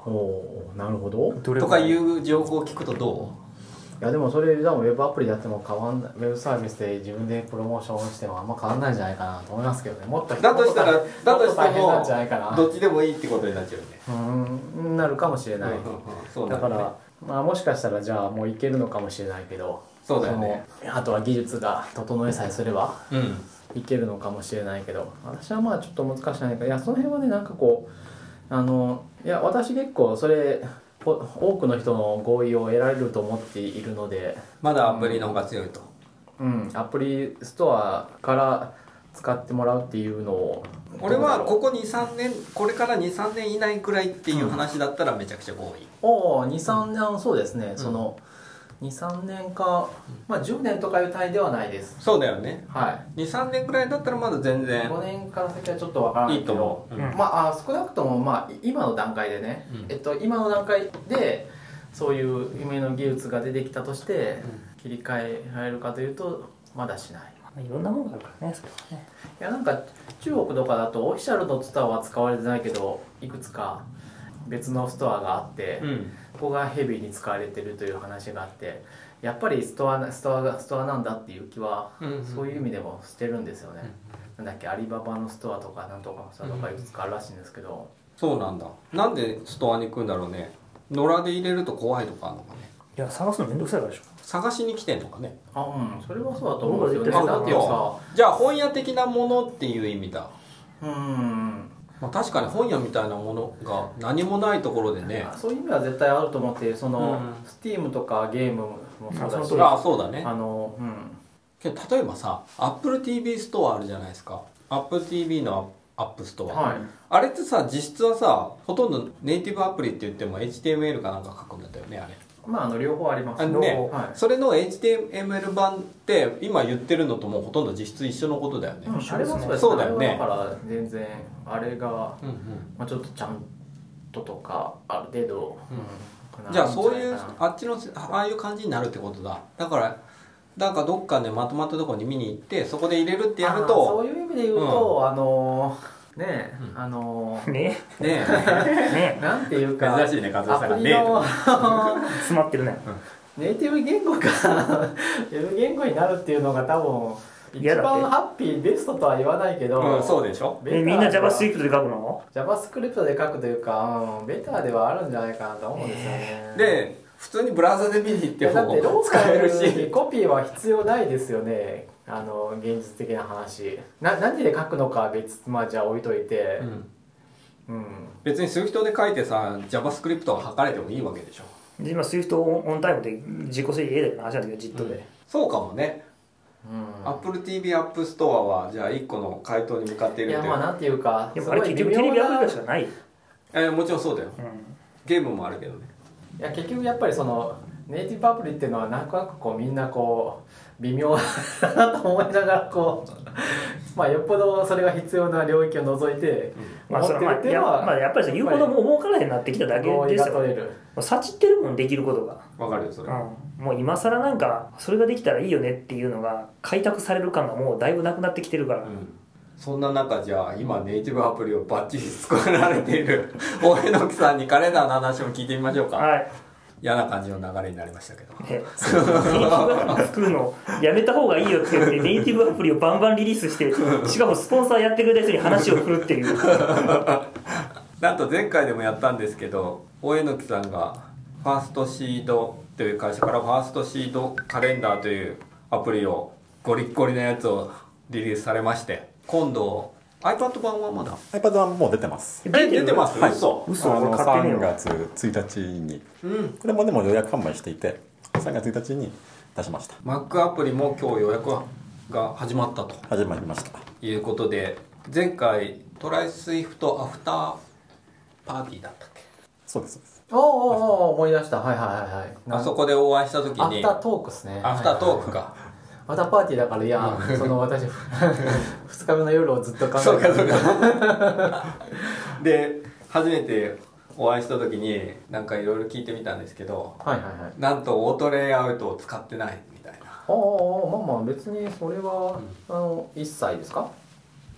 おお、なるほど。 とかいう情報を聞くとどう？いやでもそれ多分ウェブアプリでやっても変わんない、ウェブサービスで自分でプロモーションしてもあんま変わんないんじゃないかなと思いますけどね。もっとだとしたら、だとして大変なんじゃないかな。 もどっちでもいいってことになっちゃうね。 うんなるかもしれない。 うんうんうんそうだねだからまあもしかしたらじゃあもういけるのかもしれないけど、 そうだよね。 そのあとは技術が整えさえすればうんいけるのかもしれないけど、私はまあちょっと難しいないか、いやその辺はねなんかこうあのいや私結構それ多くの人の合意を得られると思っているので、 まだアプリの方が強いと。 うんアプリストアから使ってもらうっていうのを、 俺はここ にさんねん、これからにさんねん以内くらいっていう話だったらめちゃくちゃ合意。 おおにさんねん、そうですね、 んそのにさんねんか、まあじゅうねんとかいう単位ではないです。 そうだよね。 はにさんねんくらいだったらまだ全い、 然ごねんから先はちょっとわからないいいとけど、 思う。うんうんまああ少なくともまあ今の段階でね、 うんえっと今の段階でそういう夢の技術が出てきたとして切り替えられるかというとまだしない。 いろんなものがあるからねそれはね。 いやなんか中国とかだとオフィシャルのストアは使われてないけどいくつか別のストアがあって、 うんここがヘビーに使われてるという話があって、やっぱりストアストアがストアなんだっていう気は、 うんうんそういう意味でもしてるんですよね、なんだっけアリババのストアとかなんとかのストアとかいくつかあるらしいんですけど、 そうなんだ。なんでストアに行くんだろうね。野良で入れると怖いとかあるのかね。 いや探すのめんどくさいからでしょ。 探しに来てんのかね。 あうんそれはそうだと思うんですよね。 僕はだっていうさじゃあ本屋的なものっていう意味だ。 うんまあ、確かに本屋みたいなものが何もないところでね。 そういう意味は絶対あると思って、その、 うんスティームとかゲームもそうだし、 あそのああそうだね。 あのうんけど例えばさ Apple ティーブイ ストアあるじゃないですか。 Apple ティーブイ のアップストア、 はいあれってさ実質はさほとんどネイティブアプリって言っても エイチティーエムエル かなんか書くんだったよねあれ。 まああの両方ありますあのね、 はいそれの エイチティーエムエル 版って今言ってるのともうほとんど実質一緒のことだよね。 うんあれもそうですそうだよねあれはだから全然あれが、 うんうんまあ、ちょっとちゃんととかある程度、うんじゃあそういうなんじゃないかなあっちのああいう感じになるってことだ。だからなんかどっかでまとまったところに見に行ってそこで入れるってやるあーとそういう意味で言うと、あのーねえ、 うんあのーねねねなんていうか珍しいね和夫さんがアプリの詰まってるね。 ネイティブ言語がウェブ言語になるっていうのが多分一嫌だって番ハッピーベストとは言わないけど、 うん、そうでしょ。 えみんな JavaScript で書くの？ JavaScript で書くというか、うん、ベターではあるんじゃないかなと思うんですよね。 で普通にブラウザで見に行っていやだってロもーカ使えるルにしコピーは必要ないですよね。あの現実的な話な何で書くのかは別まあじゃあ置いといて、 うんうん別に Swift で書いてさ JavaScript が測れてもいいわけでしょ。 で今 Swift オンオンタイムで自己制御 A だけの話なんだけど ジット で、 そうかもね。 うん Apple ティーブイ App Store はじゃあいっこの回答に向かっているっていう。 いやまあなんていうかでもあれ結局テレビアプリしかないよ、 えーもちろんそうだよ。 うゲームもあるけどね。 いや結局やっぱりそのネイティブアプリっていうのはなんとなくこうみんなこう微妙だなと思いながらこうまあよっぽどそれが必要な領域を除いてん、まあ思ってそれはまあや,、 るっていうのはまあ、やっぱりさ言うほどもう儲からへんなってきただけ合意ですよ。 が取れる。 もう幸ってるもんできることが、 わかるよそれ。 うん、もう今更なんかそれができたらいいよねっていうのが開拓される感がもうだいぶなくなってきてるから、 うんそんな中じゃあ今ネイティブアプリをバッチリ作られている大榎木さんにカレンダーの話も聞いてみましょうか。 はい嫌な感じの流れになりましたけど。 ね、ネイティブアプリ作るのやめた方がいいよって言ってネイティブアプリをバンバンリリースしてしかもスポンサーやってくれた人に話を振るっていうなんと前回でもやったんですけど大榎木さんがファーストシードという会社からファーストシードカレンダーというアプリをゴリッゴリなやつをリリースされまして、今度 iPad 版はまだ iPad はもう出てます。 え出てます、 はい嘘嘘あの俺買ってねえ 3 よ月ついたちにうんこれもでも予約販売していてさんがつついたちに出しました。 Mac アプリも今日予約が始まったと始まりました。 いうことで、前回トライスイフトアフターパーティーだったっけ、 そうですそうです。 おーおーおー思い出したはいはいはいはいあそこでお会いした時にアフタートークですね。 アフタートークか、 アフターパーティーだからいやその私ふつかめの夜をずっと考えてそうかそうかで初めてお会いした時になんかいろいろ聞いてみたんですけど、 はいはいはいなんとオートレイアウトを使ってないみたいな。 おーおーまあまあ別にそれは、あの一切ですか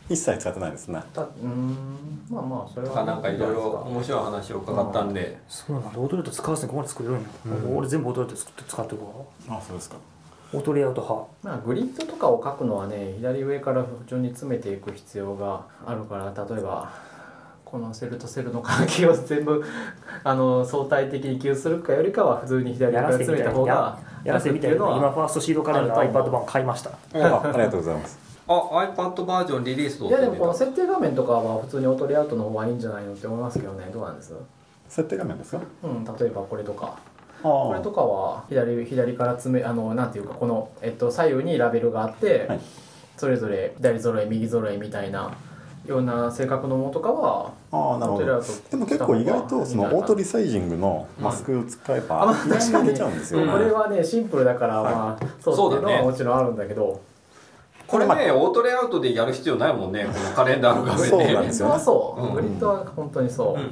一切使ってないですね。 たうんまあまあそれはなんかいろいろ面白い話を伺ったんで、うん、 そうなんだ。オートレート使わずにここまで作れるんや、うん、俺全部オートレート作って使ってるわ。 あ、そうですか。 オートレイアウト派、 まあ、グリッドとかを書くのはね左上から順に詰めていく必要があるから、例えばこのセルとセルの関係を全部あの相対的に記述するかよりかは普通に左上から詰めた方がやらせみたいな。今ファーストシードカレンダー iPad 版買いました。 あありがとうございます。 あ、iPad バージョンリリースと。 いやでもこの設定画面とかは普通にオートレイアウトの方がいいんじゃないのって思いますけどね。どうなんです？ 設定画面ですか？ うん、例えばこれとかこれとかは左左から詰めあのなんていうかこの、えっと、左右にラベルがあって、はい、それぞれ左揃え右揃えみたいなような性格のものとかはああなるほど。でも結構意外とそのオートリサイジングのマスクを使えば確かに出ちゃうんですよね。 これはねシンプルだからまあ、はい、そうっていうのはもちろんあるんだけど、 これね、オートレイアウトでやる必要ないもんね、このカレンダーの画面ね。 そうなんですよね。 そう、グリッドは本当にそう。うんうん、い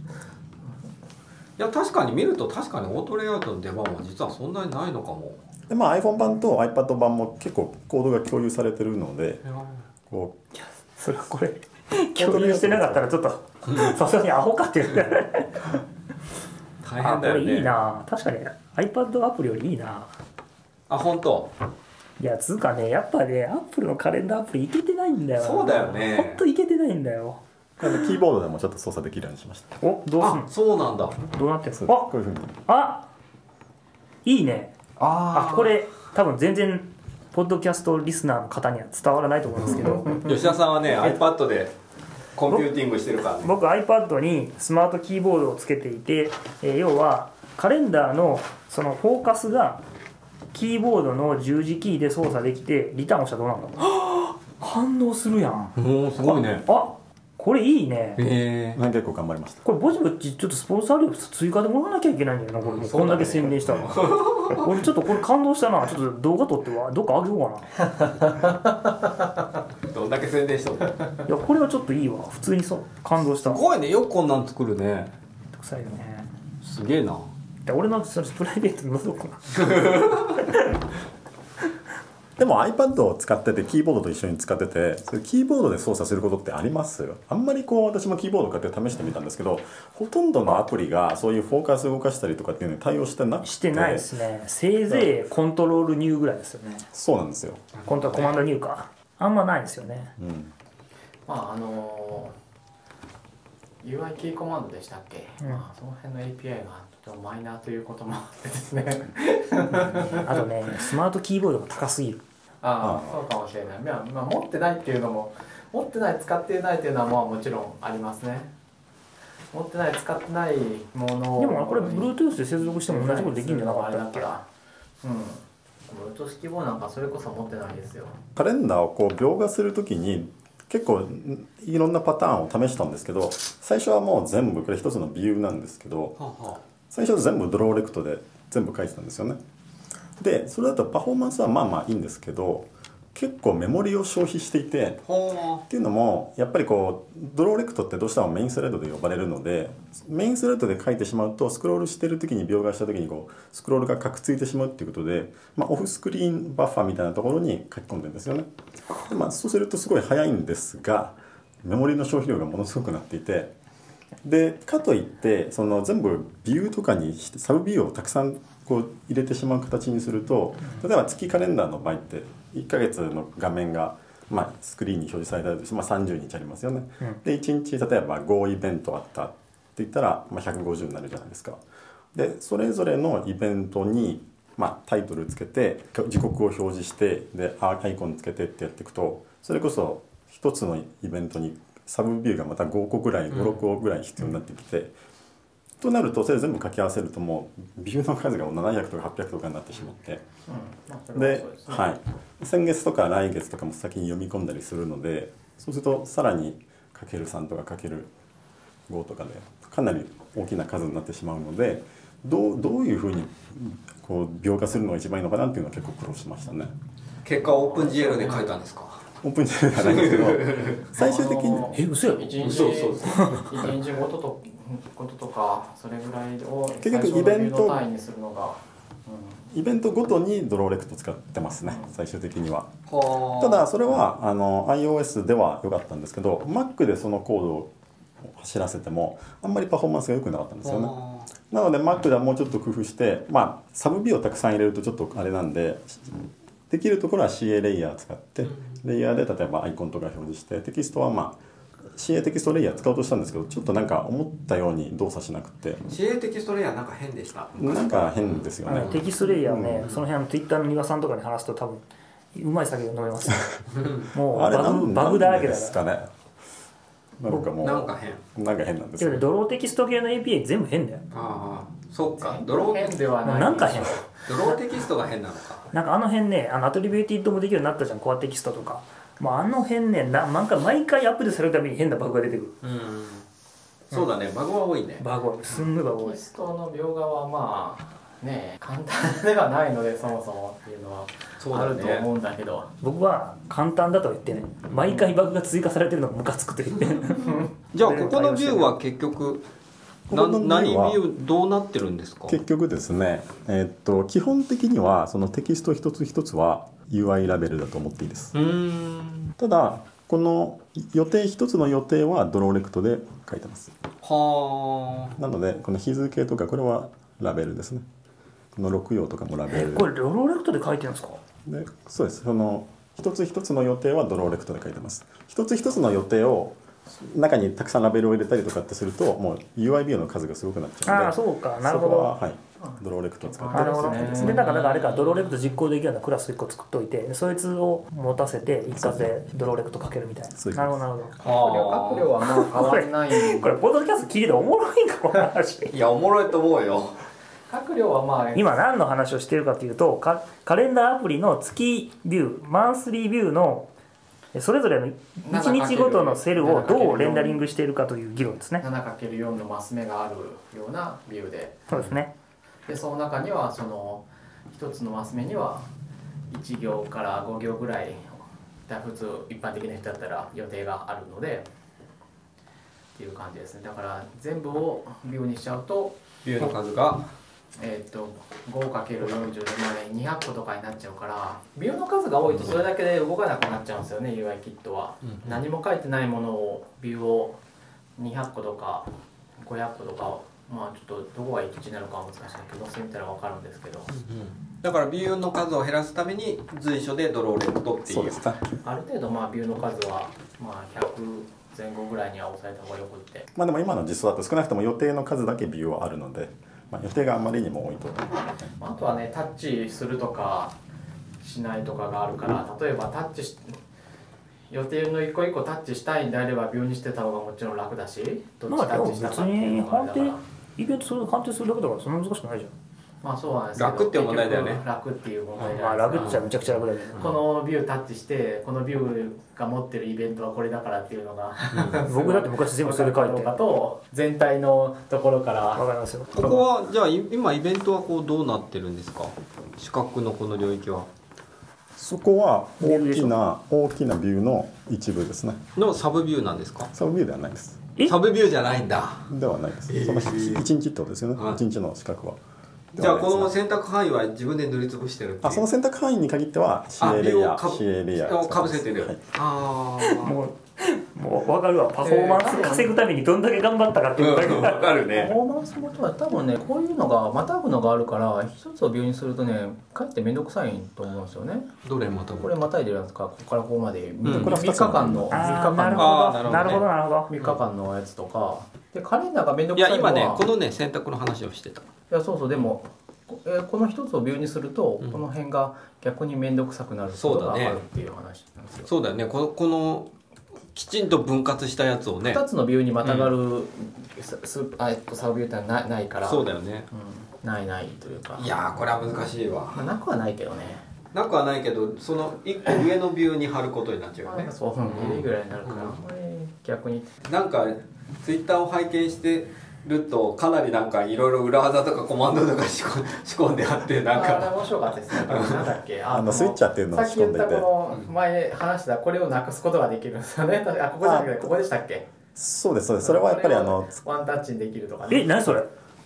や確かに見ると確かにオートレイアウトの出番は実はそんなにないのかも。 で、まあ、iPhone 版と iPad 版も結構コードが共有されてるので、こういやそれはこれ共有してなかったらちょっとさすがにアホかっていう大変だよね。 あ、これいいな。確かに iPad アプリよりいいな。 あ、本当。 いやつうかね、やっぱね、アップルのカレンダーアプリいけてないんだよ。 そうだよね。 ほんといけてないんだよ。 キーボードでもちょっと操作できるようにしました。 お、どうすんの？ そうなんだ。 どうなってんの？ あ、こういうふうに。 あ、いいね。 ああ、これ多分全然ポッドキャストリスナーの方には伝わらないと思うんですけど吉田さんはね iPad でコンピューティングしてるからね。 僕 iPad にスマートキーボードをつけていて、えー、要はカレンダーのそのフォーカスがキーボードの十字キーで操作できて、リターンをしたらどうなんだろう。はぁ、反応するやん。 おお、すごいね。 あ、これいいね。 へえ。結構頑張りました。 これぼちぼちちょっとスポンサー料追加でもらわなきゃいけないんだよな。これもうこんだけ宣伝したら。俺ちょっとこれ感動したな。ちょっと動画撮ってはどっかあげようかな。どんだけ宣伝したの？いやこれはちょっといいわ。普通にそう感動した。 すごいね。よくこんなん作るね。 くさいよね。 すげえな。 俺のそれプライベートのぞくな。 でも iPad を使っててキーボードと一緒に使ってて、それキーボードで操作することってありますよ。あんまりこう私もキーボード買って試してみたんですけど、ほとんどのアプリがそういうフォーカス動かしたりとかっていうのに対応してなくて。 してないですね。せいぜいコントロールニューぐらいですよね。 そうなんですよ。 コントコマンドニューか。あんまないですよね。 うん、 まああのー、ユーアイ キーコマンドでしたっけ、うん、まあ、その辺の エーピーアイ がとてもマイナーということもあってですねあとね、スマートキーボードが高すぎる。 ああ、そうかもしれない。まあ、まあ、持ってないっていうのも持ってない使っていないっていうのはまあもちろんありますね。持ってない使ってないものをでもこれ Bluetooth で接続しても同じことできるんじゃなかったっけ？ うん、Bluetooth キーボードなんかそれこそ持ってないですよ。 カレンダーをこう描画するときに結構いろんなパターンを試したんですけど、最初はもう全部これ一つのビューなんですけど、はは最初は全部ドローレクトで全部書いてたんですよね。でそれだとパフォーマンスはまあまあいいんですけど、結構メモリを消費していて、っていうのもやっぱりこうドローレクトってどうしてもメインスレッドで呼ばれるので、メインスレッドで書いてしまうとスクロールしてる時に描画した時にこうスクロールがカクついてしまうっていうことで、まあ、オフスクリーンバッファーみたいなところに書き込んでるんですよね。で、まあ、そうするとすごい速いんですが、メモリの消費量がものすごくなっていて、でかといってその全部ビューとかにしてサブビューをたくさんこう入れてしまう形にすると、例えば月カレンダーの場合っていっかげつの画面が、まあ、スクリーンに表示されたりして、まあ、さんじゅうにちありますよね、うん、でいちにち例えばごイベントあったって言ったら、まあ、ひゃくごじゅうになるじゃないですか。でそれぞれのイベントに、まあ、タイトルつけて時刻を表示してでアイコンつけてってやっていくと、それこそひとつのイベントにサブビューがまたごこぐらいご、ろっこぐらい必要になってきて、うん、となるとそれ全部掛け合わせるともうビューの数がななひゃくとかはっぴゃくとかになってしまって、うん、で、はい、先月とか来月とかも先に読み込んだりするので、そうするとさらに かけるさん とか かけるご とかでかなり大きな数になってしまうので、どう、どういうふうにこう描画するのが一番いいのかなっていうのは結構苦労しましたね。 結果オープン ジーエル で書いたんですか？ オープンジーエルじゃないんですけど最終的にえ嘘やろ？ 一日一日ごととこととかそれぐらいを結局イベント単位にするのが、 イベントごとにドローレクト使ってますね最終的には。 はただそれはあの iOS では良かったんですけど Mac でそのコードを走らせてもあんまりパフォーマンスが良くなかったんですよね。なので Mac ではもうちょっと工夫してまあサブビューをたくさん入れるとちょっとあれなんでできるところは シーエー レイヤー使ってレイヤーで例えばアイコンとか表示してテキストはまあシーエー テキストレイヤー使おうとしたんですけどちょっとなんか思ったように動作しなくてシーエー テキストレイヤーなんか変でした。 なんか変ですよね。 テキストレイヤーね、うん、その辺の Twitter の庭さんとかに話すと多分うまい酒が飲めますもうあれバグバグだらけだですかね。なんかもうなんか変なんか変なんですよ。 ドローテキスト系の エーピーアイ 全部変だよ。 ああそっかドロー変ではないなんか変ドローテキストが変なのか。 なんかあの辺ねあのアトリビューティッドもできるようになったじゃんコアテキストとか。まあ、あの辺ねななんか毎回アップデートされるたびに変なバグが出てくる。 うんそうだねバグは多いね。 バグはすんごいバグ多い。 テキストの描画はまあね簡単ではないのでそもそもっていうのはあると思うんだけど、 僕は簡単だとは言ってね毎回バグが追加されてるのがムカつくと言ってじゃあここのビューは結局な何ビューどうなってるんですか。 結局ですね、えー、っと基本的にはそのテキスト一つ一つは ユーアイ ラベルだと思っていいです。 うーんただこの予定一つの予定はドローレクトで書いてます。 はなのでこの日付とかこれはラベルですね。この六曜とかもラベル。 これドローレクトで書いてるんですか。 でそうです。その一つ一つの予定はドローレクトで書いてます。一つ一つの予定を中にたくさんラベルを入れたりとかってするともう ユーアイ ビューの数がすごくなっちゃうので、 ああそうかなるほど。 そこは、はい、ドローレクトを使ってなるほどねでだからだからあれかドローレクト実行できるようなクラスいっこ作っといてそいつを持たせて一括でドローレクトかけるみたいな。 そうですなるほどなるほど。 各量はもう変わらないこれポッドキャスト聞いてておもろいんかこの話いやおもろいと思うよ。 各量はまあ今何の話をしているかというとカカレンダーアプリの月ビューマンスリービューのそれぞれのいちにちごとのセルをどうレンダリングしているかという議論ですね。 ななかけるよん のマス目があるようなビューでそうですね。 でその中にはそのひとつのマス目にはいち行からご行ぐらい普通一般的な人だったら予定があるのでっていう感じですね。だから全部をビューにしちゃうとビューの数がえー、と ごかけるよんじゅう でまでにひゃくことかになっちゃうからビューの数が多いとそれだけで動かなくなっちゃうんですよね ユーアイ キットは、うん、何も書いてないものをビューをにひゃくことかごひゃくことかまあちょっとどこが一致になるかは難しいけどそう見たら分かるんですけど、うんうん、 だからビューの数を減らすために随所でドローレクトっていう、 そうですか。 ある程度まあビューの数はまあひゃくぜん後ぐらいには抑えた方がよくってまあでも今の実装だと少なくとも予定の数だけビューはあるのでまあ、予定があまりにも多いと。 あとはねタッチするとかしないとかがあるから例えばタッチし予定の一個一個タッチしたいんであればビューにしてた方がもちろん楽だしどっちタッチしたかっていうのがあるから別に判定イベントそれ判定するだけだからそんな難しくないじゃん。 まあそうなんですけど楽っていう問題だよね。 楽っていう問題まあ楽っちゃめちゃくちゃ楽だけど、 このビュータッチしてこのビューが持ってるイベントはこれだからっていうのが、 うん、僕だって昔全部それ書いてと全体のところから分かりますよ。 ここはじゃあ今イベントはこうどうなってるんですか。四角のこの領域はそこは大きな大きなビューの一部ですね。 のサブビューなんですか。 サブビューではないです。 サブビューじゃないんだ。 ではないです。その一日ってことですよね。一日の四角は。 じゃあこの選択範囲は自分で塗りつぶしてるっていう。 あその選択範囲に限っては シーエー レイヤー シーエー レイヤーをかぶせてる、はい、ああもうもう分かるわ。パフォーマンス稼ぐためにどんだけ頑張ったかっていうのが分かるね。 パフォーマンスもとは多分ねこういうのがまたぐのがあるから一つをビューにするとねかえって面倒くさいと思うんですよね。 どれまたぐ。 これまたいでるやつかここからここまで、うん、 これみっかかんのみっかかんのなるほどなるほどなるほどみっかかんのやつとかでカレンダーが面倒くさいのは。 いや今ねこのね選択の話をしてた。いやそうそうでもえー、この一つをビューにすると、うん、この辺が逆に面倒くさくなることがあるっていう話なんですよ。 そうだよね。このこのきちんと分割したやつをねふたつのビューにまたがる、うん、スあえっとサブビューってのは な, ないからそうだよね、 うん、ないないというかいやーこれは難しいわ、 まあ、なくはないけどねなくはないけどそのいっこ上のビューに貼ることになっちゃうよね、 まあ、そう、うん、いいぐらいになるから、うん、あんまり逆になんかツイッターを拝見してるとかなりなんかいろいろ裏技とかコマンドとか仕込ん仕込んであってなんかあれ面白かったですねなんだっけあのスイッチャーっていうのを仕込んでいてさっき言ったこの前話したこれをなくすことができるんですよねあここじゃなくてここでしたっけ。 そうですそうです。それはやっぱりあのワンタッチにできるとかね。 え何それ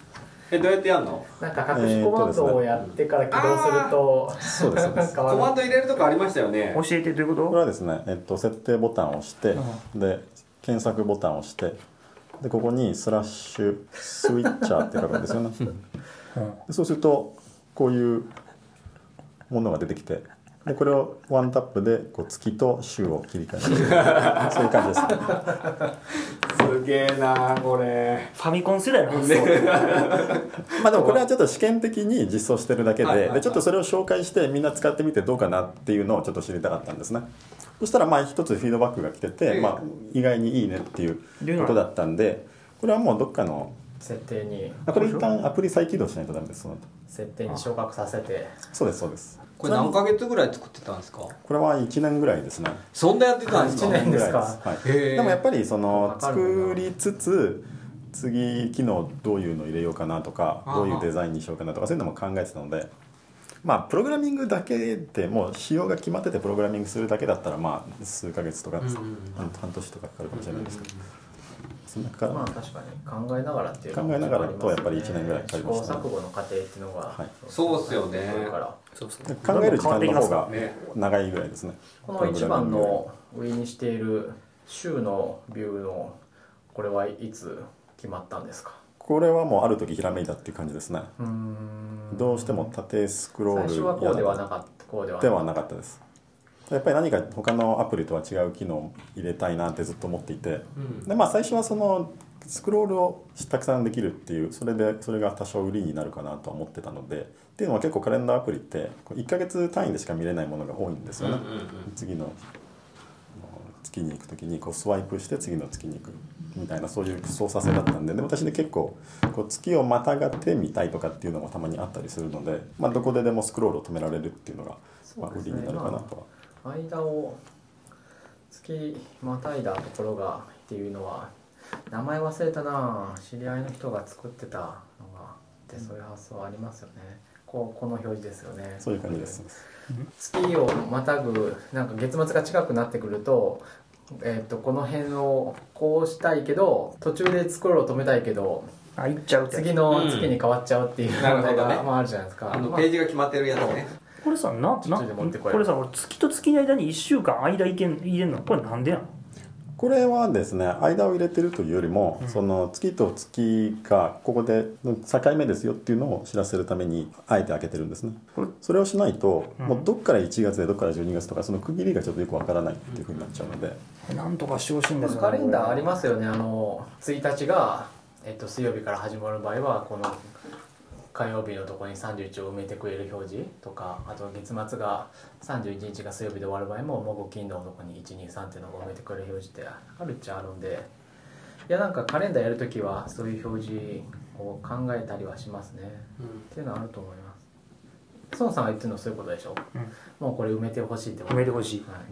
えどうやってやるの？ なんか隠しコマンドをやってから起動すると、 そうですコマンド入れるとこありましたよね。 教えてどういうこと？ これはですね、えっと、設定ボタンを押して、うん、で検索ボタンを押してでここにスラッシュスイッチャーって書くんですよね、うん、でそうするとこういうものが出てきてでこれをワンタップでこう月と週を切り替えるそういう感じですね。 すげえなこれ。 ファミコン世代の発想まあでもこれはちょっと試験的に実装してるだけで、はいはいはい、でちょっとそれを紹介してみんな使ってみてどうかなっていうのをちょっと知りたかったんですね。そしたらまあ一つフィードバックが来てて、まあ、意外にいいねっていうことだったんでこれはもうどっかの設定にこれ一旦アプリ再起動しないとダメです。 設定に昇格させて。 そうですそうです。 これ何ヶ月ぐらい作ってたんですか？ これはいちねんぐらいですね。 そんなやってたんですか？ いちねんですか。 はい、でもやっぱりその作りつつ次機能どういうの入れようかなとかどういうデザインにしようかなとかそういうのも考えてたので、まあプログラミングだけでもう仕様が決まっててプログラミングするだけだったらまあ数ヶ月とか、うんうん、半年とかかかるかもしれないですけど、 そのからまあ確かに考えながらっていうの考えながらとやっぱりいちねんぐらいかかりました、ね、 試行錯誤の過程っていうのが、はい、 そうっすよね。 そうそう考える時間の方が長いぐらいですね。 この一番の売りにしている週のビューのこれはいつ決まったんですか？ これはもうある時ひらめいたっていう感じですね。うーんどうしても縦スクロール最初はこうではなかったこうではではなかったです。やっぱり何か他のアプリとは違う機能を入れたいなってずっと思っていて、うん、でまあ最初はそのスクロールをたくさんできるっていうそれでそれが多少売りになるかなとは思ってたのでっていうのは結構カレンダーアプリっていっかげつ単位でしか見れないものが多いんですよね、うんうんうん、次の月に行く時にこうスワイプして次の月に行くみたいなそういう操作性だったんで、で私ね結構こう月をまたがって見たいとかっていうのもたまにあったりするので、まあ、どこででもスクロールを止められるっていうのがまあ売りになるかなとは、 まあ、間を月またいだところがっていうのは名前忘れたな、知り合いの人が作ってたのがでそういう発想ありますよね。こうこの表示ですよね。 そういう感じです。 月をまたぐなんか月末が近くなってくると、えー、とこの辺をこうしたいけど途中でスクロールを止めたいけどあ行っちゃう次の月に変わっちゃうっていう問題が、まあ、あるじゃないですか。 あのページが決まってるやつね。 これさななこれさ月と月の間にいっしゅうかん間入れ入れんのこれなんでやん？ これはですね間を入れてるというよりも、うん、その月と月がここで境目ですよっていうのを知らせるためにあえて開けてるんですね。それをしないと、うん、もうどっからいちがつでどっからじゅうにがつとかその区切りがちょっとよくわからないっていうふうになっちゃうので、 うん、なんとかしてほしいんですよね。 カレンダーありますよね。あのついたちが、えっと、水曜日から始まる場合はこの火曜日のところにさんじゅういちを埋めてくれる表示とか、あと月末がさんじゅういちにちが水曜日で終わる場合も木金土のところにいちにさんっていうのが埋めてくれる表示ってあるっちゃあるんで、いやなんかカレンダーやるときはそういう表示を考えたりはしますね、うん、っていうのはあると思います。孫さんが言ってるのはそういうことでしょ、うん、もうこれ埋めてほしいって埋めてほしい、 はい、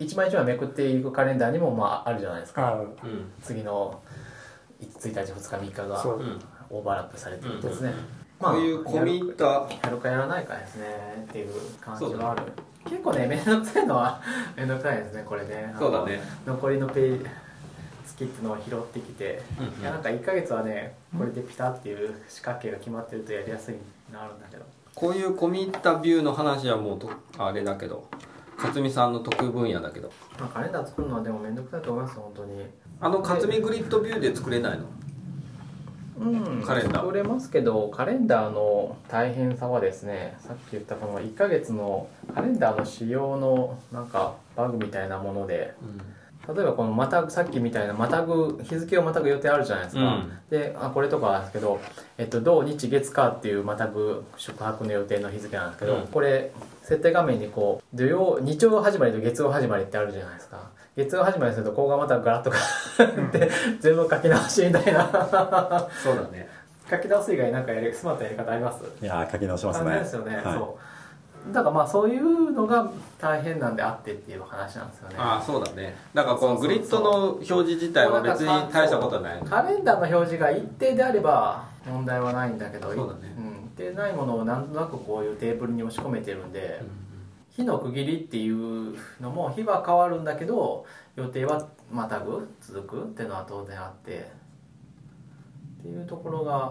一枚一枚めくっていくカレンダーにもまああるじゃないですか、うん、次のついたちふつかみっかがオーバーラップされてるんですね、うんうん、 まあ、こういう込み入ったやるかやらないかですねっていう感じはある。結構ね面倒くさいのは面倒くさいですねこれね。 そうだね。 残りのページ月っていうのを拾ってきて、うんうん、いやなんかいっかげつはねこれでピタっていう四角形が決まってるとやりやすいのあるんだけど、 こういう込み入ったビューの話はもうとあれだけど勝美さんの得意分野だけど、 まあ、カレンダー作るのはでも面倒くさいと思います本当に。 あの勝美グリッドビューで作れないの？ うん、カレンダー作れますけどカレンダーの大変さはですね、さっき言ったこのいっかげつのカレンダーの仕様のなんかバグみたいなもので、うん、例えばこのまたさっきみたいなまたぐ日付をまたぐ予定あるじゃないですか、うん、であこれとかなんですけど、えっと、土日月火っていうまたぐ宿泊の予定の日付なんですけど、うん、これ設定画面にこう土曜日曜始まりと月曜始まりってあるじゃないですか。月曜始まりするとここがまたガラッとかって全部書き直しみたいなそうだね。 書き直す以外なんかやりスマートなやり方あります？ いや書き直しますね。 ですよね、はい、そうだからまあそういうのが大変なんであってっていう話なんですよね。 ああそうだね。だからこのグリッドの表示自体は別に大したことはない。 カレンダーの表示が一定であれば問題はないんだけど、 そうだね、 うん、一定ないものをなんとなくこういうテーブルに押し込めてるんで、うん、日の区切りっていうのも日は変わるんだけど予定はまたぐ続くっていうのは当然あってっていうところが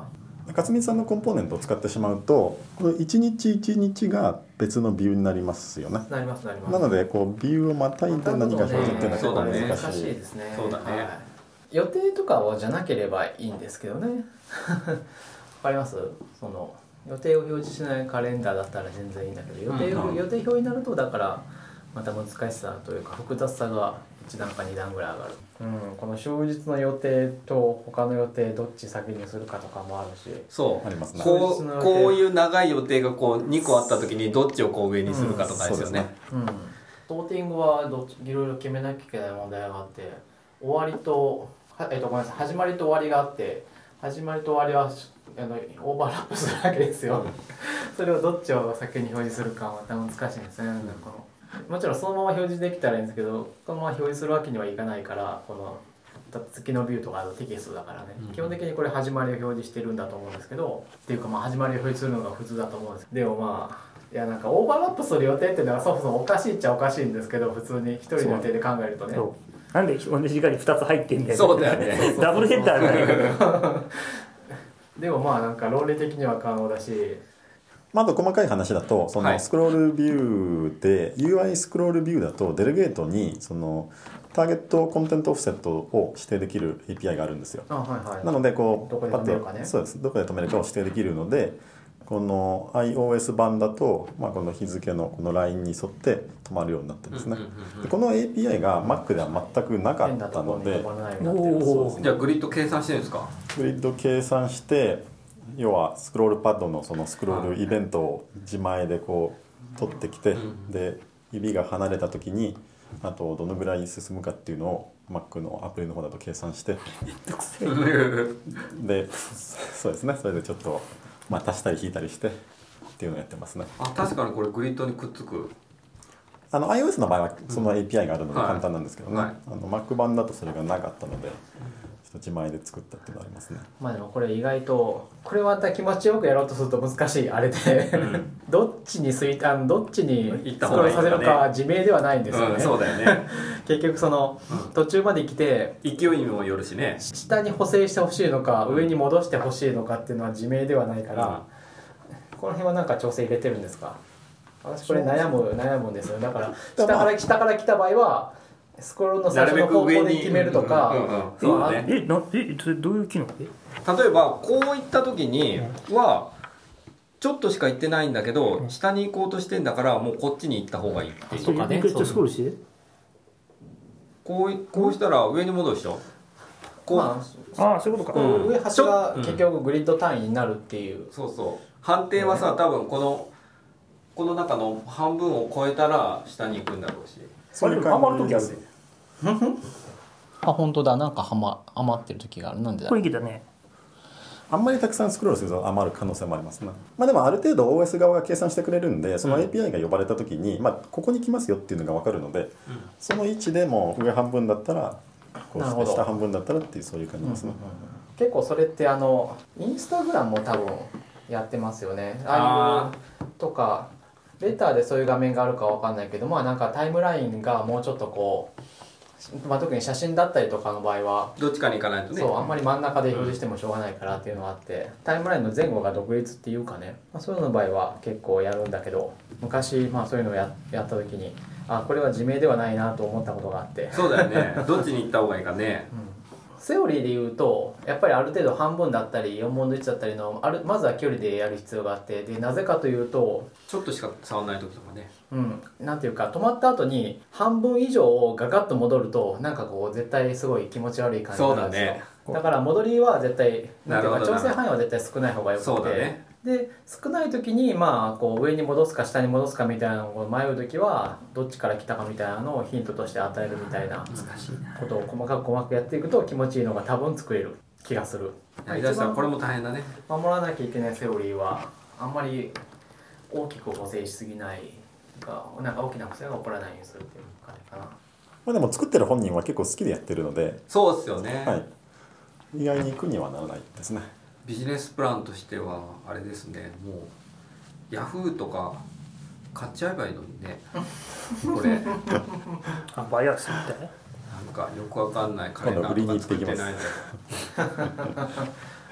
勝光さんのコンポーネントを使ってしまうとこれ一日一日が別のビューになりますよね。 なりますなります。 なのでこうビューをまたいで何か表示っていうのは結構難しい、 難しいですね。 そうだね、 はい、予定とかはじゃなければいいんですけどねわかります？その予定を表示しないカレンダーだったら全然いいんだけど予定、うんうん、予定表になるとだからまた難しさというか複雑さがいちだんかにだんぐらい上がる、うん、この終日の予定と他の予定どっち先にするかとかもあるし、 そうありますね。 こう、こういう長い予定がこうにこあった時にどっちをこう上にするかとかですよね、 うんうん、ソーティングはどっちいろいろ決めなきゃいけない問題があって終わりと、えっと、ごめんなさい始まりと終わりがあって始まりと終わりはあのオーバーラップするわけですよそれをどっちを先に表示するかはまた難しいんですね、うん、このもちろんそのまま表示できたらいいんですけどそのまま表示するわけにはいかないからこの月のビューとかテキストだからね、うん、基本的にこれ始まりを表示してるんだと思うんですけどっていうかまあ始まりを表示するのが普通だと思うんですでもまあいやなんかオーバーラップする予定っていうのはそもそもおかしいっちゃおかしいんですけど普通に一人の予定で考えるとねなんで同じ時間にふたつ入ってんだよそうだよねダブルヘッダーじゃないかでもまあなんか論理的には可能だしまあ、あと細かい話だとそのスクロールビューで、はい、ユーアイ スクロールビューだとデレゲートにそのターゲットコンテントオフセットを指定できる エーピーアイ があるんですよ。 あ、はいはい、 なのでこうどこで止めるかね。 そうです。どこで止めるかを指定できるのでこの iOS 版だと、まあ、この日付のこのラインに沿って止まるようになってるんですね。でこの エーピーアイ が Mac では全くなかったのでじゃあグリッド計算してるんですか？ グリッド計算して要はスクロールパッドのそのスクロールイベントを自前でこう取ってきて、で指が離れた時にあとどのぐらい進むかっていうのを Mac のアプリの方だと計算してでそうですねそれでちょっと、まあ、足したり引いたりしてっていうのをやってますね。 あ、確かにこれグリッドにくっつく。 あの iOS の場合はその エーピーアイ があるので簡単なんですけどね、 はいはい、 あの Mac 版だとそれがなかったので自前で作ったっていうのがありますね。 まあでもこれ意外とこれはまた気持ちよくやろうとすると難しいあれで、うん、どっちにスイあのどっちにスクロールさせるかは自明ではないんですよね、 うん、そうだよね結局その、うん、途中まで来て勢いにもよるしね下に補正してほしいのか、うん、上に戻してほしいのかっていうのは自明ではないから、うん、この辺は何か調整入れてるんですか？私これ悩む悩むんですよ。だから下から下から来た場合はスクロールの最初の方向で決めるとか、 え、なえ、それどういう機能？ 例えばこういった時にはちょっとしか行ってないんだけど、うん、下に行こうとしてんだからもうこっちに行った方がいいっていうとかね。 スクロールして。 こうこうしたら上に戻るでしょ。こう、 まあ、あそういうことか。 うん、上端が結局グリッド単位になるっていう。 うん、そうそう。判定はさ、多分このこの中の半分を超えたら下に行くんだろうし。 それハマる時あるで。 あ、本当だ。なんかはま余ってる時がある。なんでだ。 これいけたね。 あんまりたくさんスクロールすると余る可能性もありますね。まあでもある程度 オーエス 側が計算してくれるんで、その エーピーアイ が呼ばれた時に、まあここに来ますよっていうのが分かるので、うん、その位置でも上半分だったらこうして下半分だったらっていうそういう感じですね。うんうんうん、 結構それってあのインスタグラムも多分やってますよね。ああいうとかレターでそういう画面があるかわかんないけど、まあなんかタイムラインがもうちょっとこう、まあ、特に写真だったりとかの場合はどっちかに行かないとね。 そう、あんまり真ん中で表示してもしょうがないからっていうのがあって、タイムラインの前後が独立っていうかね、まあ、そういうのの場合は結構やるんだけど、昔まあそういうのを や, やった時にあこれは自明ではないなと思ったことがあって。 そうだよね。どっちに行った方がいいかね。うん、 セオリーで言うとやっぱりある程度半分だったりよんぶんのいちだったりのあるまずは距離でやる必要があって、でなぜかというとちょっとしか触らない時とかね、 うん、なんていうか止まった後に半分以上をガガッと戻るとなんかこう絶対すごい気持ち悪い感じになるんですよ。 だ, ね、だから戻りは絶対なんていうか調整範囲は絶対少ない方がよくて、 そうだね。 で少ない時にまあこう上に戻すか下に戻すかみたいなのを迷う時はどっちから来たかみたいなのをヒントとして与えるみたいなことを細かく細かくやっていくと気持ちいいのが多分作れる気がする。 やりだしたらこれも大変だね。 守らなきゃいけないセオリーはあんまり大きく補正しすぎないか、なんか大きな補正が起こらないようにするっていう感じかな。 まあでも作ってる本人は結構好きでやってるので、 そうですよね、 はい、意外に苦にはならないですね。 ビジネスプランとしてはあれですね、もうヤフーとか買っちゃえばいいのにねこれあバイアスみたいな、 なんかよくわかんないカレンダーとか作ってないで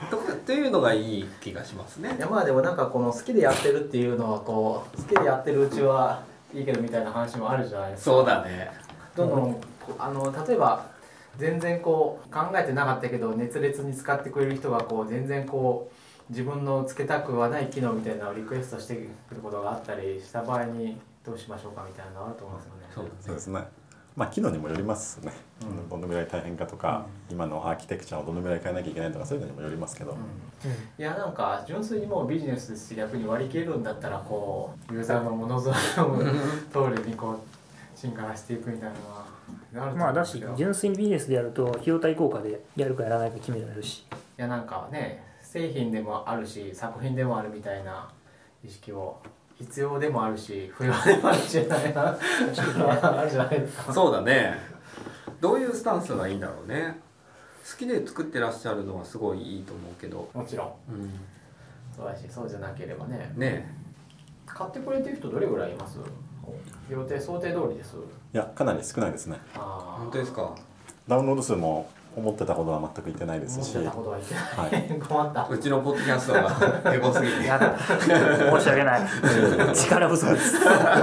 とかっていうのがいい気がしますね。 いやまあでもなんかこの好きでやってるっていうのはこう好きでやってるうちはいいけどみたいな話もあるじゃないですか。 そうだね。 どんどんあの例えば全然こう考えてなかったけど熱烈に使ってくれる人がこう全然こう自分のつけたくはない機能みたいなのをリクエストしてくることがあったりした場合にどうしましょうかみたいなのあると思うんですよね。 そうそうですね。まあ機能にもよりますね、 うん、 どのぐらい大変かとか、うん、今のアーキテクチャをどのぐらい変えなきゃいけないとかそういうのにもよりますけど、うんうん、 いやなんか純粋にもうビジネスですし逆に割り切れるんだったらこうユーザーのものぞの通りにこう進化していくみたいなのはあると思うんですけど、 まあだし純粋にビジネスでやると費用対効果でやるかやらないか決められるし、 いやなんかね製品でもあるし作品でもあるみたいな意識を必要でもあるし不要でもあるしみたいなあるじゃないですか。 そうだね。どういうスタンスがいいんだろうね。好きで作ってらっしゃるのはすごいいいと思うけど、 もちろん、うん、そうだしそうじゃなければね。 ね買ってくれてる人どれぐらいいます？予定想定通りです？ いやかなり少ないですね。 あ本当ですか。 ダウンロード数も思ってたほどは全くいってないですし、 思ってたほどはいってない、はい、困った。 うちのポッドキャストがエゴすぎてやだ申し訳ない力不足です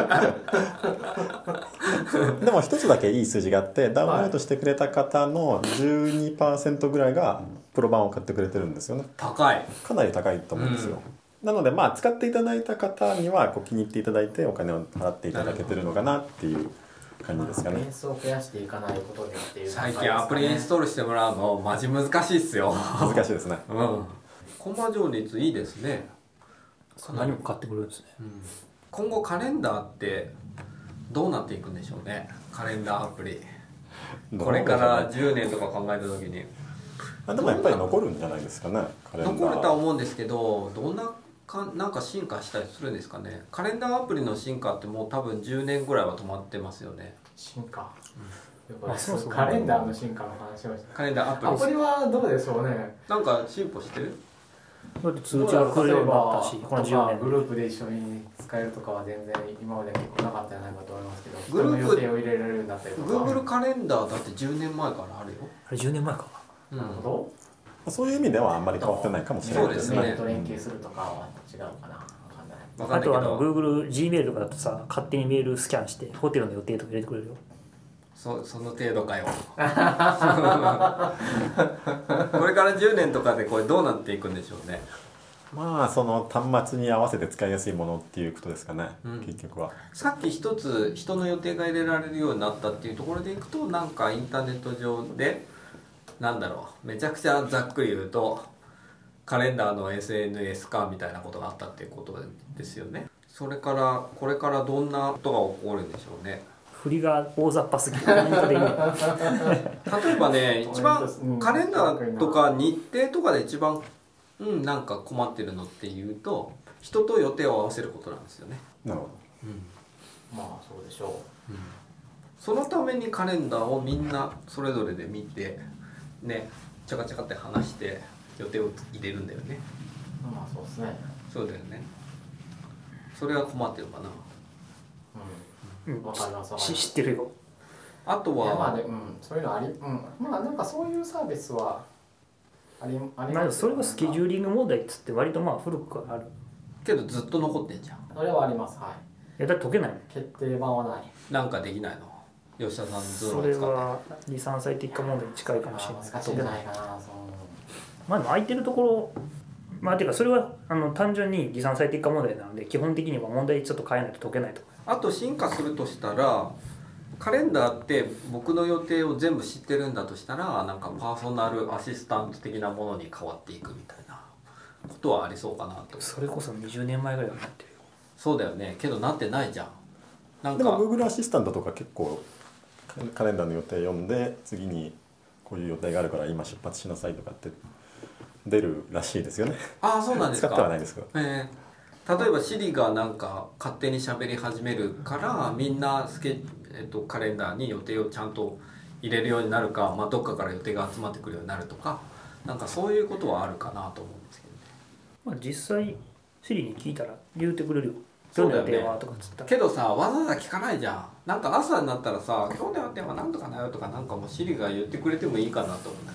でも一つだけいい数字があって、ダウンロードしてくれた方の じゅうにパーセント ぐらいがプロ版を買ってくれてるんですよね。 高い。 かなり高いと思うんですよ、うん、なのでまあ使っていただいた方にはこう気に入っていただいてお金を払っていただけてるのかなっていう感じですかね。 ベースを増やしていかないことによっていう、ね、 最近アプリインストールしてもらうのマジ難しいっすよ。 難しいですね。 うん。コンバージョン率いいですね。 何も買ってくれるんですね、 うん、今後カレンダーってどうなっていくんでしょうね。カレンダーアプリこれからじゅうねんとか考えた時にあでもやっぱり残るんじゃないですかね。カレンダー残るとは思うんですけど、どんなかなんか進化したりするんですかね。カレンダーアプリの進化ってもう多分じゅうねんぐらいは止まってますよね。 進化、うん、 あそうそうカレンダーの進化の話をして、 カレンダーアプリアプリはどうでしょうね。 なんか進歩してる？ だって通知が来るようになったし、このじゅうねんグループで一緒に使えるとかは全然今まで結構なかったんじゃないかと思いますけど、 グループ人の予定を入れられるようになったりとか。 Google カレンダーだってじゅうねんまえからあるよ。 あれじゅうねんまえか、 うん、 なるほどそういう意味ではあんまり変わってないかもしれないですね。 そうですね。 と連携するとかは違うかな、分かんない。 あとあの Google Gmail とかだとさ、勝手にメールスキャンしてホテルの予定とか入れてくれるよ。 そ, その程度かよこれからじゅうねんとかでこれどうなっていくんでしょうね。 まあその端末に合わせて使いやすいものっていうことですかね、うん、結局は。 さっき一つ人の予定が入れられるようになったっていうところでいくと、なんかインターネット上でなんだろう、めちゃくちゃざっくり言うとカレンダーの エスエヌエス 化みたいなことがあったっていうことですよね。それからこれからどんなことが起こるんでしょうね。 振りが大雑把すぎて本当でいい例えばね、一番カレンダーとか日程とかで一番うんなんか困ってるのっていうと、人と予定を合わせることなんですよね。 なるほど、 うん、 まあそうでしょう、 うん、そのためにカレンダーをみんなそれぞれで見てね、チャカチャカって話して予定を入れるんだよね。 まあそうですね。 そうだよね。それは困ってるかな。 うん、分かります。 知ってるよ。 あとはまあで、うん、そういうのあり、うん、まあなんかそういうサービスはありあります、ね。 まあそれがスケジューリング問題っつって割とまあ古くからあるけどずっと残ってんじゃん。 それはあります。はい。 いやだって解けない。 決定版はない。 なんかできないの。吉田さんずっとそれはにさんさい的化問題に近いかもしれない。 難しいんじゃないかな。そのまあでも空いてるところ、まあていうかそれはあの単純ににさんさい的化問題なので、基本的には問題ちょっと変えないと解けないとか。 あと進化するとしたら、カレンダーって僕の予定を全部知ってるんだとしたら、なんかパーソナルアシスタント的なものに変わっていくみたいなことはありそうかなと。 それこそにじゅうねんまえぐらいになってるよ。 そうだよね。けどなってないじゃん。なんかでも Google アシスタントとか結構カレンダーの予定読んで、次にこういう予定があるから今出発しなさいとかって出るらしいですよね。 ああそうなんですか。 使ってはないですけど、 えー、例えば Siri がなんか勝手に喋り始めるからみんなスケ、えっと、カレンダーに予定をちゃんと入れるようになるか、まあ、どっかから予定が集まってくるようになるとか、なんかそういうことはあるかなと思うんですけどね。 まあ、実際 Siri に聞いたら言うてくれるよ。 そうだよね。 今日の予定はとかつったら。 けどさ、わざわざ聞かないじゃん。なんか朝になったらさ、今日の予定は何とかなよとか、なんかもう Siri が言ってくれてもいいかなと思うんだけど。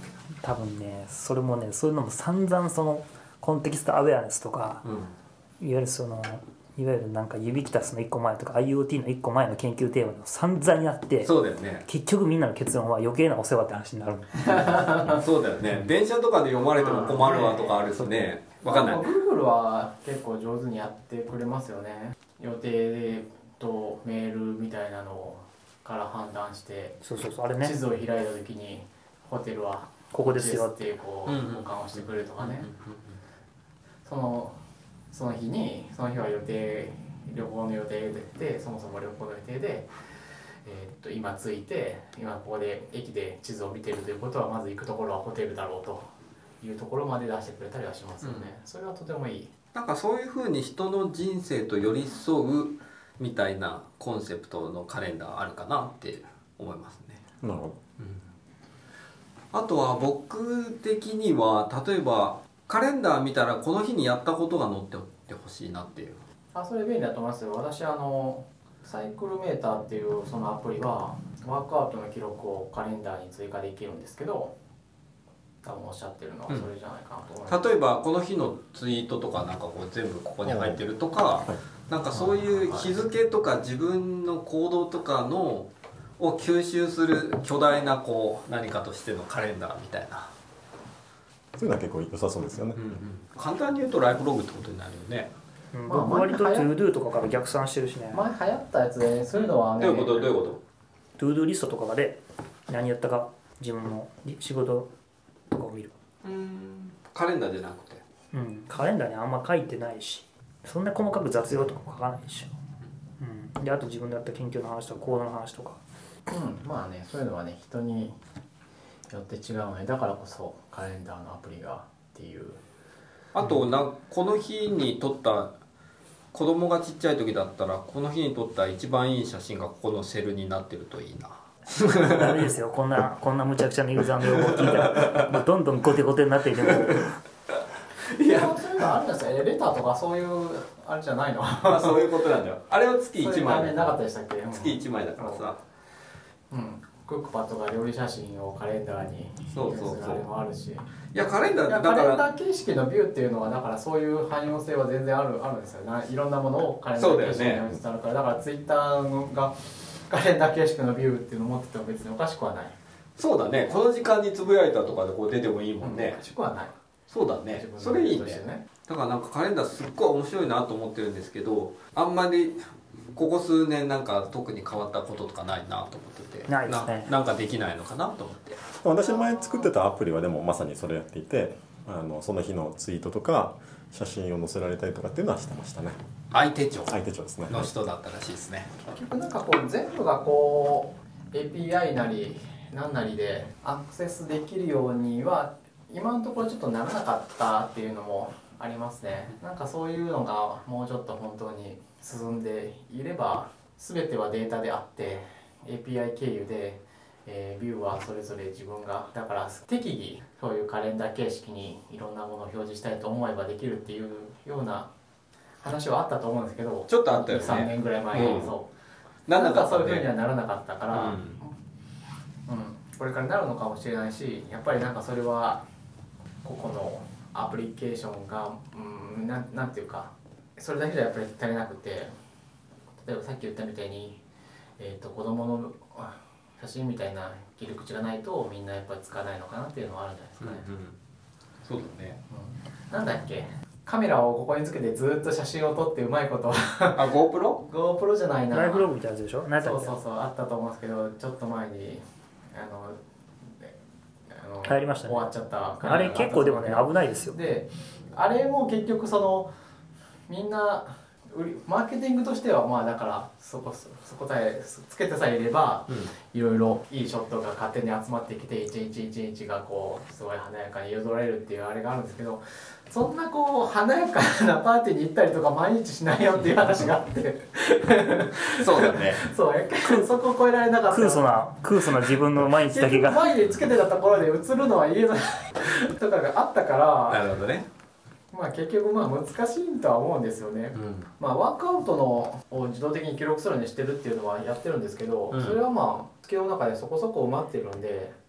多分ねそれもねそういうのも散々そのコンテキストアウェアネスとか、うん、いわゆるそのいわゆるなんかユビキタスのいっこまえとか IoT のいっこまえの研究テーマでも散々やってそうだよね結局みんなの結論は余計なお世話って話になるそうだよね電車とかで読まれても困るわとかあるしね分かんない Google は結構上手にやってくれますよね予定とメールみたいなのから判断してそうそうそうあれね地図を開いた時にホテルはここですよってこう交換をしてくれるとかねそのその日にその日は予定旅行の予定でそもそも旅行の予定で、えー、っと今着いて今ここで駅で地図を見てるということはまず行くところはホテルだろうというところまで出してくれたりはしますよね、うん、それはとてもいいなんかそういうふうに人の人生と寄り添うみたいなコンセプトのカレンダーあるかなって思いますね。 なるほど、 うん、あとは僕的には例えばカレンダー見たらこの日にやったことが載っておってほしいなっていうあそれ便利だと思いますよ。私あのサイクルメーターっていうそのアプリはワークアウトの記録をカレンダーに追加できるんですけど多分おっしゃってるのはそれじゃないかなと思います、 うん、例えばこの日のツイートとかなんかこう全部ここに入ってるとか、なんかそういう日付とか自分の行動とかのを吸収する巨大なこう何かとしてのカレンダーみたいなそういうのは結構良さそうですよね、 うんうん、簡単に言うとライフログってことになるよね、 うん、僕割とトゥードゥとかから逆算してるしね前流行ったやつでそういうのはね、 どういうことどういうことトゥードゥリストとかで何やったか自分の仕事とかを見るうんカレンダーじゃなくてうんカレンダーにあんま書いてないしそんな細かく雑用とか書かないでしょ、うん、であと自分でやった研究の話とかコードの話とかうんまあねそういうのはね人によって違うのでだからこそカレンダーのアプリがっていうあとなこの日に撮った子供がちっちゃい時だったらこの日に撮った一番いい写真がここのセルになってるといいなダメですよこんなこんな無茶苦茶なユーザーの用語を聞いたらもうどんどんゴテゴテになっていてもいやそういうのあるんですよレターとかそういうあれじゃないのあそういうことなんだよあれは月いちまいそういうなかったでしたっけ月いちまいだからさうんクックパッドが料理写真をカレンダーにそうそうそうあれもあるしいやカレンダーだからカレンダらー形式のビューっていうのはだからそういう汎用性は全然あるあるんですよないろんなものをカレンダー形式に表してあるからだ,、ね、だからツイッターがカレンダー形式のビューっていうのを持ってても別におかしくはないそうだねこの時間につぶやいたとかでこう出てもいいもんね、 おかしくはないそうだねそれいいねだからなんかカレンダーすっごい面白いなと思ってるんですけどあんまりここ数年なんか特に変わったこととかないなと思っててないですねな, なんかできないのかなと思って私前作ってたアプリはでもまさにそれやっていてあのその日のツイートとか写真を載せられたりとかっていうのはしてましたね相手帳相手帳ですねの人だったらしいですね結局なんかこう全部がこう エーピーアイ なり何なりでアクセスできるようには今のところちょっとならなかったっていうのもありますねなんかそういうのがもうちょっと本当に進んでいれば全てはデータであって エーピーアイ 経由で、えー、ビューはそれぞれ自分がだから適宜そういうカレンダー形式にいろんなものを表示したいと思えばできるっていうような話はあったと思うんですけどちょっとあったよねさんねんぐらい前に、 うん、 そうなんかそういうふうにはならなかったから、 うんうん、これからなるのかもしれないしやっぱりなんかそれは個々のアプリケーションが、うん、な, なんていうかそれだけじゃやっぱり足りなくて例えばさっき言ったみたいに、えー、と子供の写真みたいな切り口がないとみんなやっぱり使わないのかなっていうのはあるんじゃないですかね、 うんうん、そうだね、 うん、なんだっけカメラをここにつけてずっと写真を撮ってうまいことあ GoPro? GoPro じゃないなライフログみたいなやつでしょ何そうそうそうあったと思うんですけどちょっと前にあの流行りましたね終わっちゃったあれ結構でもね危ないですよであれも結局そのみんな売りマーケティングとしてはまあだからそこそこさえつけてさえいれば、うん、いろいろいいショットが勝手に集まってきて一日一日がこうすごい華やかに彩られるっていうあれがあるんですけどそんなこう華やかなパーティーに行ったりとか毎日しないよっていう話があってそうだねそうそこを超えられなかった空想な空想な自分の毎日だけが前につけてたところで映るのは家のとかがあったからなるほどねまあ結局まあ難しいとは思うんですよね、うん、まあワークアウトのを自動的に記録するようにしてるっていうのはやってるんですけど、うん、それはまあ月の中でそこそこ埋まってるんで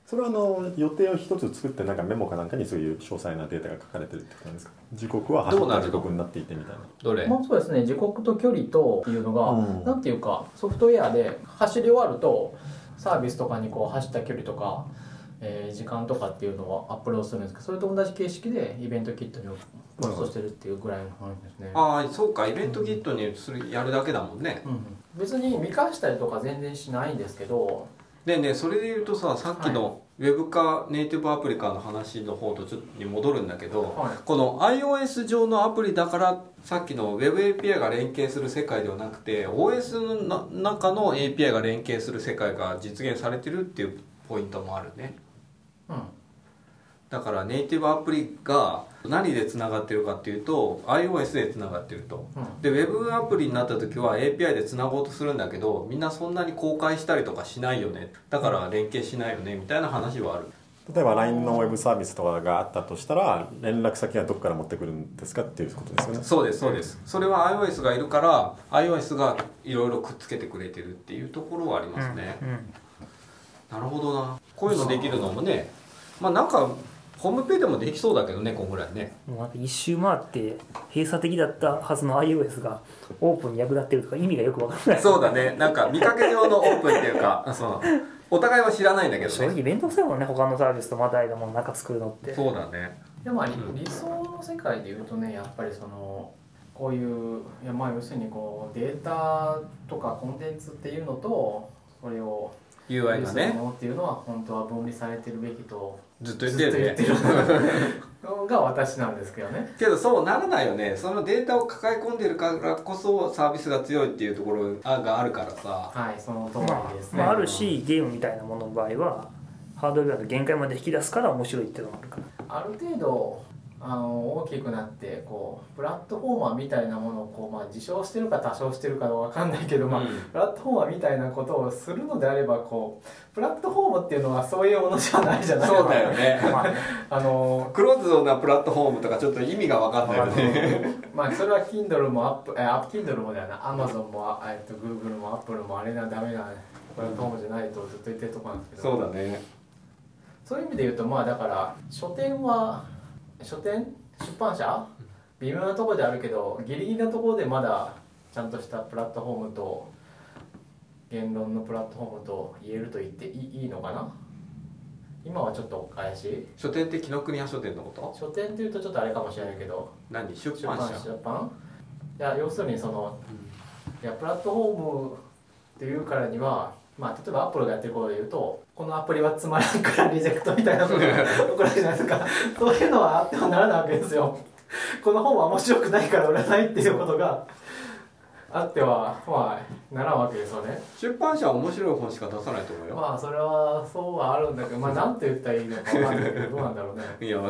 それはあの予定を一つ作ってなんかメモかなんかにそういう詳細なデータが書かれてるってことなんですか。時刻は走った時刻になっていてみたいな。 どれ？ まあそうですね、時刻と距離とっていうのが、うん、なんていうかソフトウェアで走り終わるとサービスとかにこう走った距離とか、えー、時間とかっていうのをアップロードするんですけど、それと同じ形式でイベントキットにポストしてるっていうぐらいの話ですね。 ああそうか、イベントキットにするやるだけだもんね、 うんうん、別に見返したりとか全然しないんですけど。 でね、それで言うとさ、さっきのウェブ化ネイティブアプリ化の話の方とちょっとに戻るんだけど、はい、この iOS 上のアプリだからさっきの Web エーピーアイ が連携する世界ではなくて オーエス の中の エーピーアイ が連携する世界が実現されてるっていうポイントもあるね、うん、だからネイティブアプリが何でつながってるかっていうと iOS でつながってると、うん、で Web アプリになった時は エーピーアイ でつなごうとするんだけどみんなそんなに公開したりとかしないよね、だから連携しないよねみたいな話はある。 例えば ライン のウェブサービスとかがあったとしたら連絡先はどこから持ってくるんですかっていうことですよね。 そうですそうです、それは iOS がいるから iOS がいろいろくっつけてくれてるっていうところはありますね、うんうん、なるほどな。こういうのできるのもね、まあなんかホームページでもできそうだけどね、こんぐらいね。 もうなんか一周回って閉鎖的だったはずの iOS がオープンに役立ってるとか意味がよくわからない。 そうだね、なんか見かけ上のオープンっていうかそのお互いは知らないんだけどね。 正直面倒くさいもんね、他のサービスとまた間も中作るのって。 そうだね。 でも理想の世界でいうとね、やっぱりそのこういういやまあ要するにこうデータとかコンテンツっていうのとそれをユーアイ がねっていうのは本当は分離されてるべきとずっと言ってるねのが私なんですけどね。 けどそうならないよね。そのデータを抱え込んでるからこそサービスが強いっていうところがあるからさ。 はい、その通りですね。 まあ、まあ、あるしゲームみたいなものの場合はハードウェアの限界まで引き出すから面白いっていうのがあるから。 ある程度あの大きくなってこうプラットフォーマーみたいなものをこう、まあ、自称してるか多少してるかわかんないけど、まあうん、プラットフォーマーみたいなことをするのであればこうプラットフォームっていうのはそういうものじゃないじゃないですか。 そうだよね、まあ、 あのクローズドなプラットフォームとかちょっと意味がわかんないよねまあそれは Kindle もアップえ Kindle もだよな Amazon も、えっと、Google も Apple もあれなダメなプラットフォームじゃないとずっと言ってるところなんですけど、 そうだね。 そういう意味で言うとまあだから書店は書店出版社微妙なところであるけどギリギリのところでまだちゃんとしたプラットフォームと言論のプラットフォームと言えると言っていいのかな。今はちょっと怪しい。 書店って紀ノ国屋書店のこと？ 書店っていうとちょっとあれかもしれないけど何出版社？ 出版？いや要するにその、うん、いやプラットフォームっていうからにはまあ例えばアップルがやってることで言うとこのアプリはつまらんからリジェクトみたいなことが起こるじゃないですかそういうのはあってはならないわけですよ。この本は面白くないから売らないっていうことがあってはまあならんわけですよね。 出版社は面白い本しか出さないと思うよ。 まあそれはそうはあるんだけどまあなんて言ったらいいのか分かんないけどどうなんだろうねいや、うん、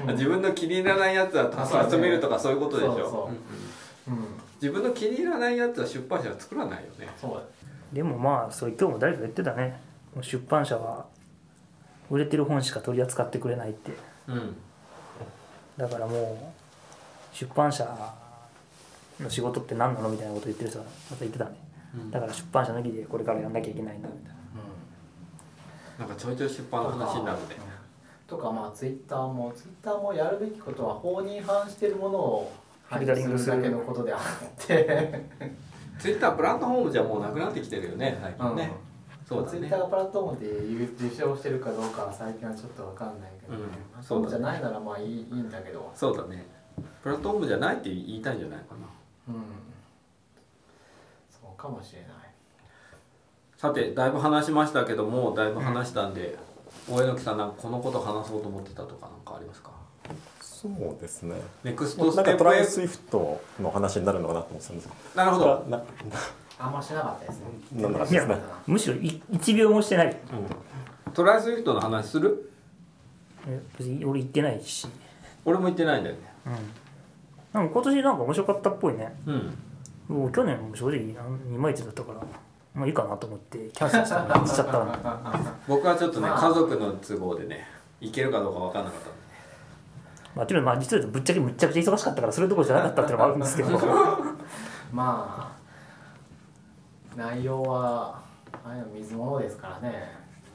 自分の気に入らないやつは多数集めるとかそういうことでしょ。そうそう、うんうん、自分の気に入らないやつは出版社は作らないよね。 そうだ。 でもまあそう今日も誰か言ってたね、出版社は売れてる本しか取り扱ってくれないって、うん、だからもう出版社の仕事って何なのみたいなこと言ってる人がまた言ってたね、うん、だから出版社抜きでこれからやんなきゃいけないんだみたいな、うん、なんかちょいちょい出版の話になるねとかまあツイッターもツイッターもやるべきことは法に違反してるものをフィルタリングするだけのことであってツイッタープラットフォームじゃもうなくなってきてるよね最近ね、うん、そうだね。 ツイッターがプラットフォームで受賞してるかどうかは最近はちょっと分かんないけどね、うん、そうじゃないならまあいい、いいんだけど。 そうだね、プラットフォームじゃないって言いたいんじゃないかな。 うん、そうかもしれない。 さてだいぶ話しましたけどもだいぶ話したんで、うん、大榎さんなんかこのこと話そうと思ってたとかなんかありますか？ そうですね。 ネクストステップなんかトライスイフトの話になるのかなと思ってたんですけど。 なるほど。なあんましなかったですね。 なんですね。 むしろいちびょうもしてない、 うん、トライスイフトの話する？ え別に俺言ってないし。 俺も言ってないんだよね。 うん。なんか今年なんか面白かったっぽいね。 うん。 もう去年も正直いまいちだったからまあいいかなと思ってキャンセルしたしちゃったら僕はちょっとね家族の都合でね行けるかどうか分からなかったんで、 まあ、というのはまあ実はぶっちゃけむっちゃくちゃ忙しかったからそれどころじゃなかったっていうのもあるんですけどまあ内容はあれの水物ですからね。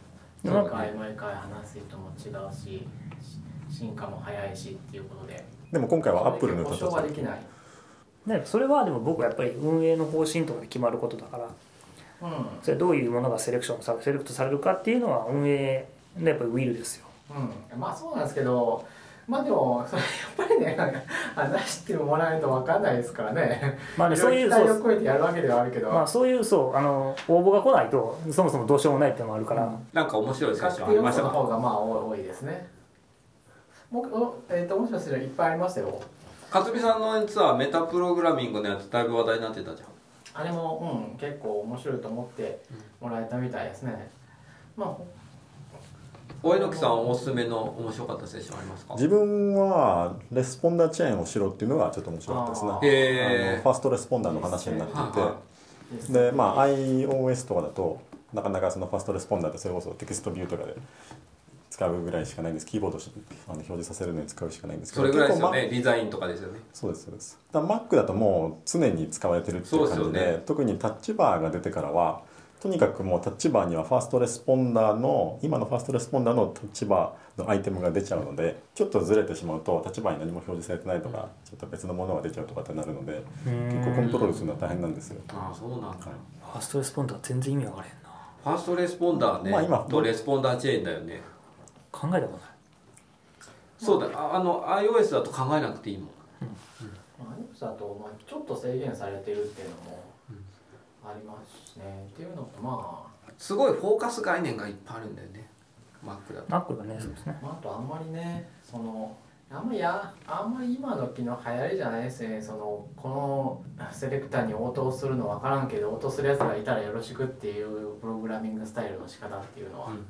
毎回毎回話す人も違うし進化も早いしっていうことで、 でも今回はアップルの保証はできない。 ね、それはでも僕はやっぱり運営の方針とかで決まることだから、 うん、 それどういうものがセレクションさセレクトされるかっていうのは運営のやっぱりウィルですよ。 うん、まあそうなんですけど、まあでもそれやっぱりね話してもらわないと分かんないですからね。 まあね、そういう期待を超えてやるわけではあるけど、 まあそういうそうあの応募が来ないとそもそもどうしようもないっていうのもあるから、うん、 なんか面白いセッションありまりましたか？ の方がまあ多いですね。僕えっと面白いセッションいっぱいありましたよ。 勝美さんのやつはメタプログラミングのやつだいぶ話題になってたじゃん。 あれも、うん、結構面白いと思ってもらえたみたいですね。まあ大榎さんおすすめの面白かったセッションありますか？ 自分はレスポンダーチェーンをしろっていうのがちょっと面白かったですね。あのファーストレスポンダーの話になっていて、でまあ iOS とかだとなかなかそのファーストレスポンダーってそれこそテキストビューとかで使うぐらいしかないんです。キーボードあの表示させるのに使うしかないんですけど、 それぐらいですよね。デザインとかですよね。 そうですそうです。だから Mac だともう常に使われてるっていう感じ で, で、ね、特にタッチバーが出てからはとにかくもうタッチバーにはファーストレスポンダーの今のファーストレスポンダーのタッチバーのアイテムが出ちゃうので、ちょっとずれてしまうとタッチバーに何も表示されてないとか、ちょっと別のものが出ちゃうとかってなるので、結構コントロールするのは大変なんですよ。 ああそうなんだ、はい、 ファーストレスポンダー全然意味わからへんな。 ファーストレスポンダーね、まあ、今とレスポンダーチェーンだよね。 考えたことない。 そうだ、あの iOS だと考えなくていいもん、うんうん、iOS だとまあちょっと制限されてるっていうのもありますしね、っていうのとまあすごいフォーカス概念がいっぱいあるんだよね Mac だと。 Mac がね、そうですね、 まあ、あとあんまりねそのあんまりやあんまり今の時の流行りじゃないですね。そのこのセレクターに応答するの分からんけど応答するやつがいたらよろしくっていうプログラミングスタイルの仕方っていうのは、うんうん、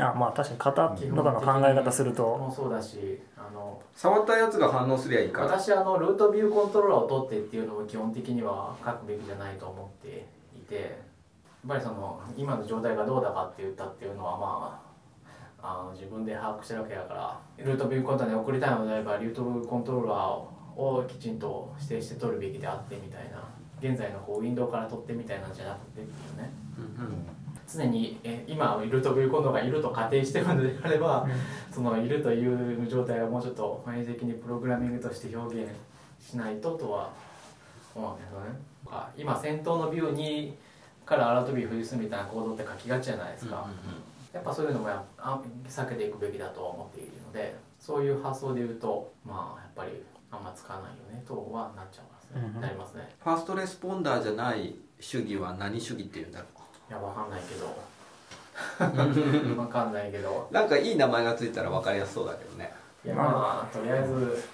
あまあ確かに型とかの考え方するともそうだし、あの触ったやつが反応すりゃいいから。 私あのルートビューコントローラーを取ってっていうのも基本的には書くべきじゃないと思っていて、やっぱりその今の状態がどうだかって言ったっていうのはまああの自分で把握してるわけだから、ルートビューコントローラーに送りたいのであればルートビューコントローラーをきちんと指定して取るべきであってみたいな、現在のこうウィンドウから取ってみたいなんじゃなくてっていうね、うんうん、常にえ今ルートビューコントローラーがいると仮定してるのであれば、うん、そのいるという状態をもうちょっと反映的にプログラミングとして表現しないととは思うんですよね。今先頭のビューにからアラートビュー付随するみたいなコードって書きがちじゃないですか、うんうんうん、やっぱそういうのもや避けていくべきだとは思っているので、そういう発想で言うとまあやっぱりあんま使わないよねとはなっちゃいますね、うんうん、なりますね。 ファーストレスポンダーじゃない主義は何主義っていうんだろう。 いやわかんないけどわかんないけどなんかいい名前がついたら分かりやすそうだけどね。 いやまあとりあえず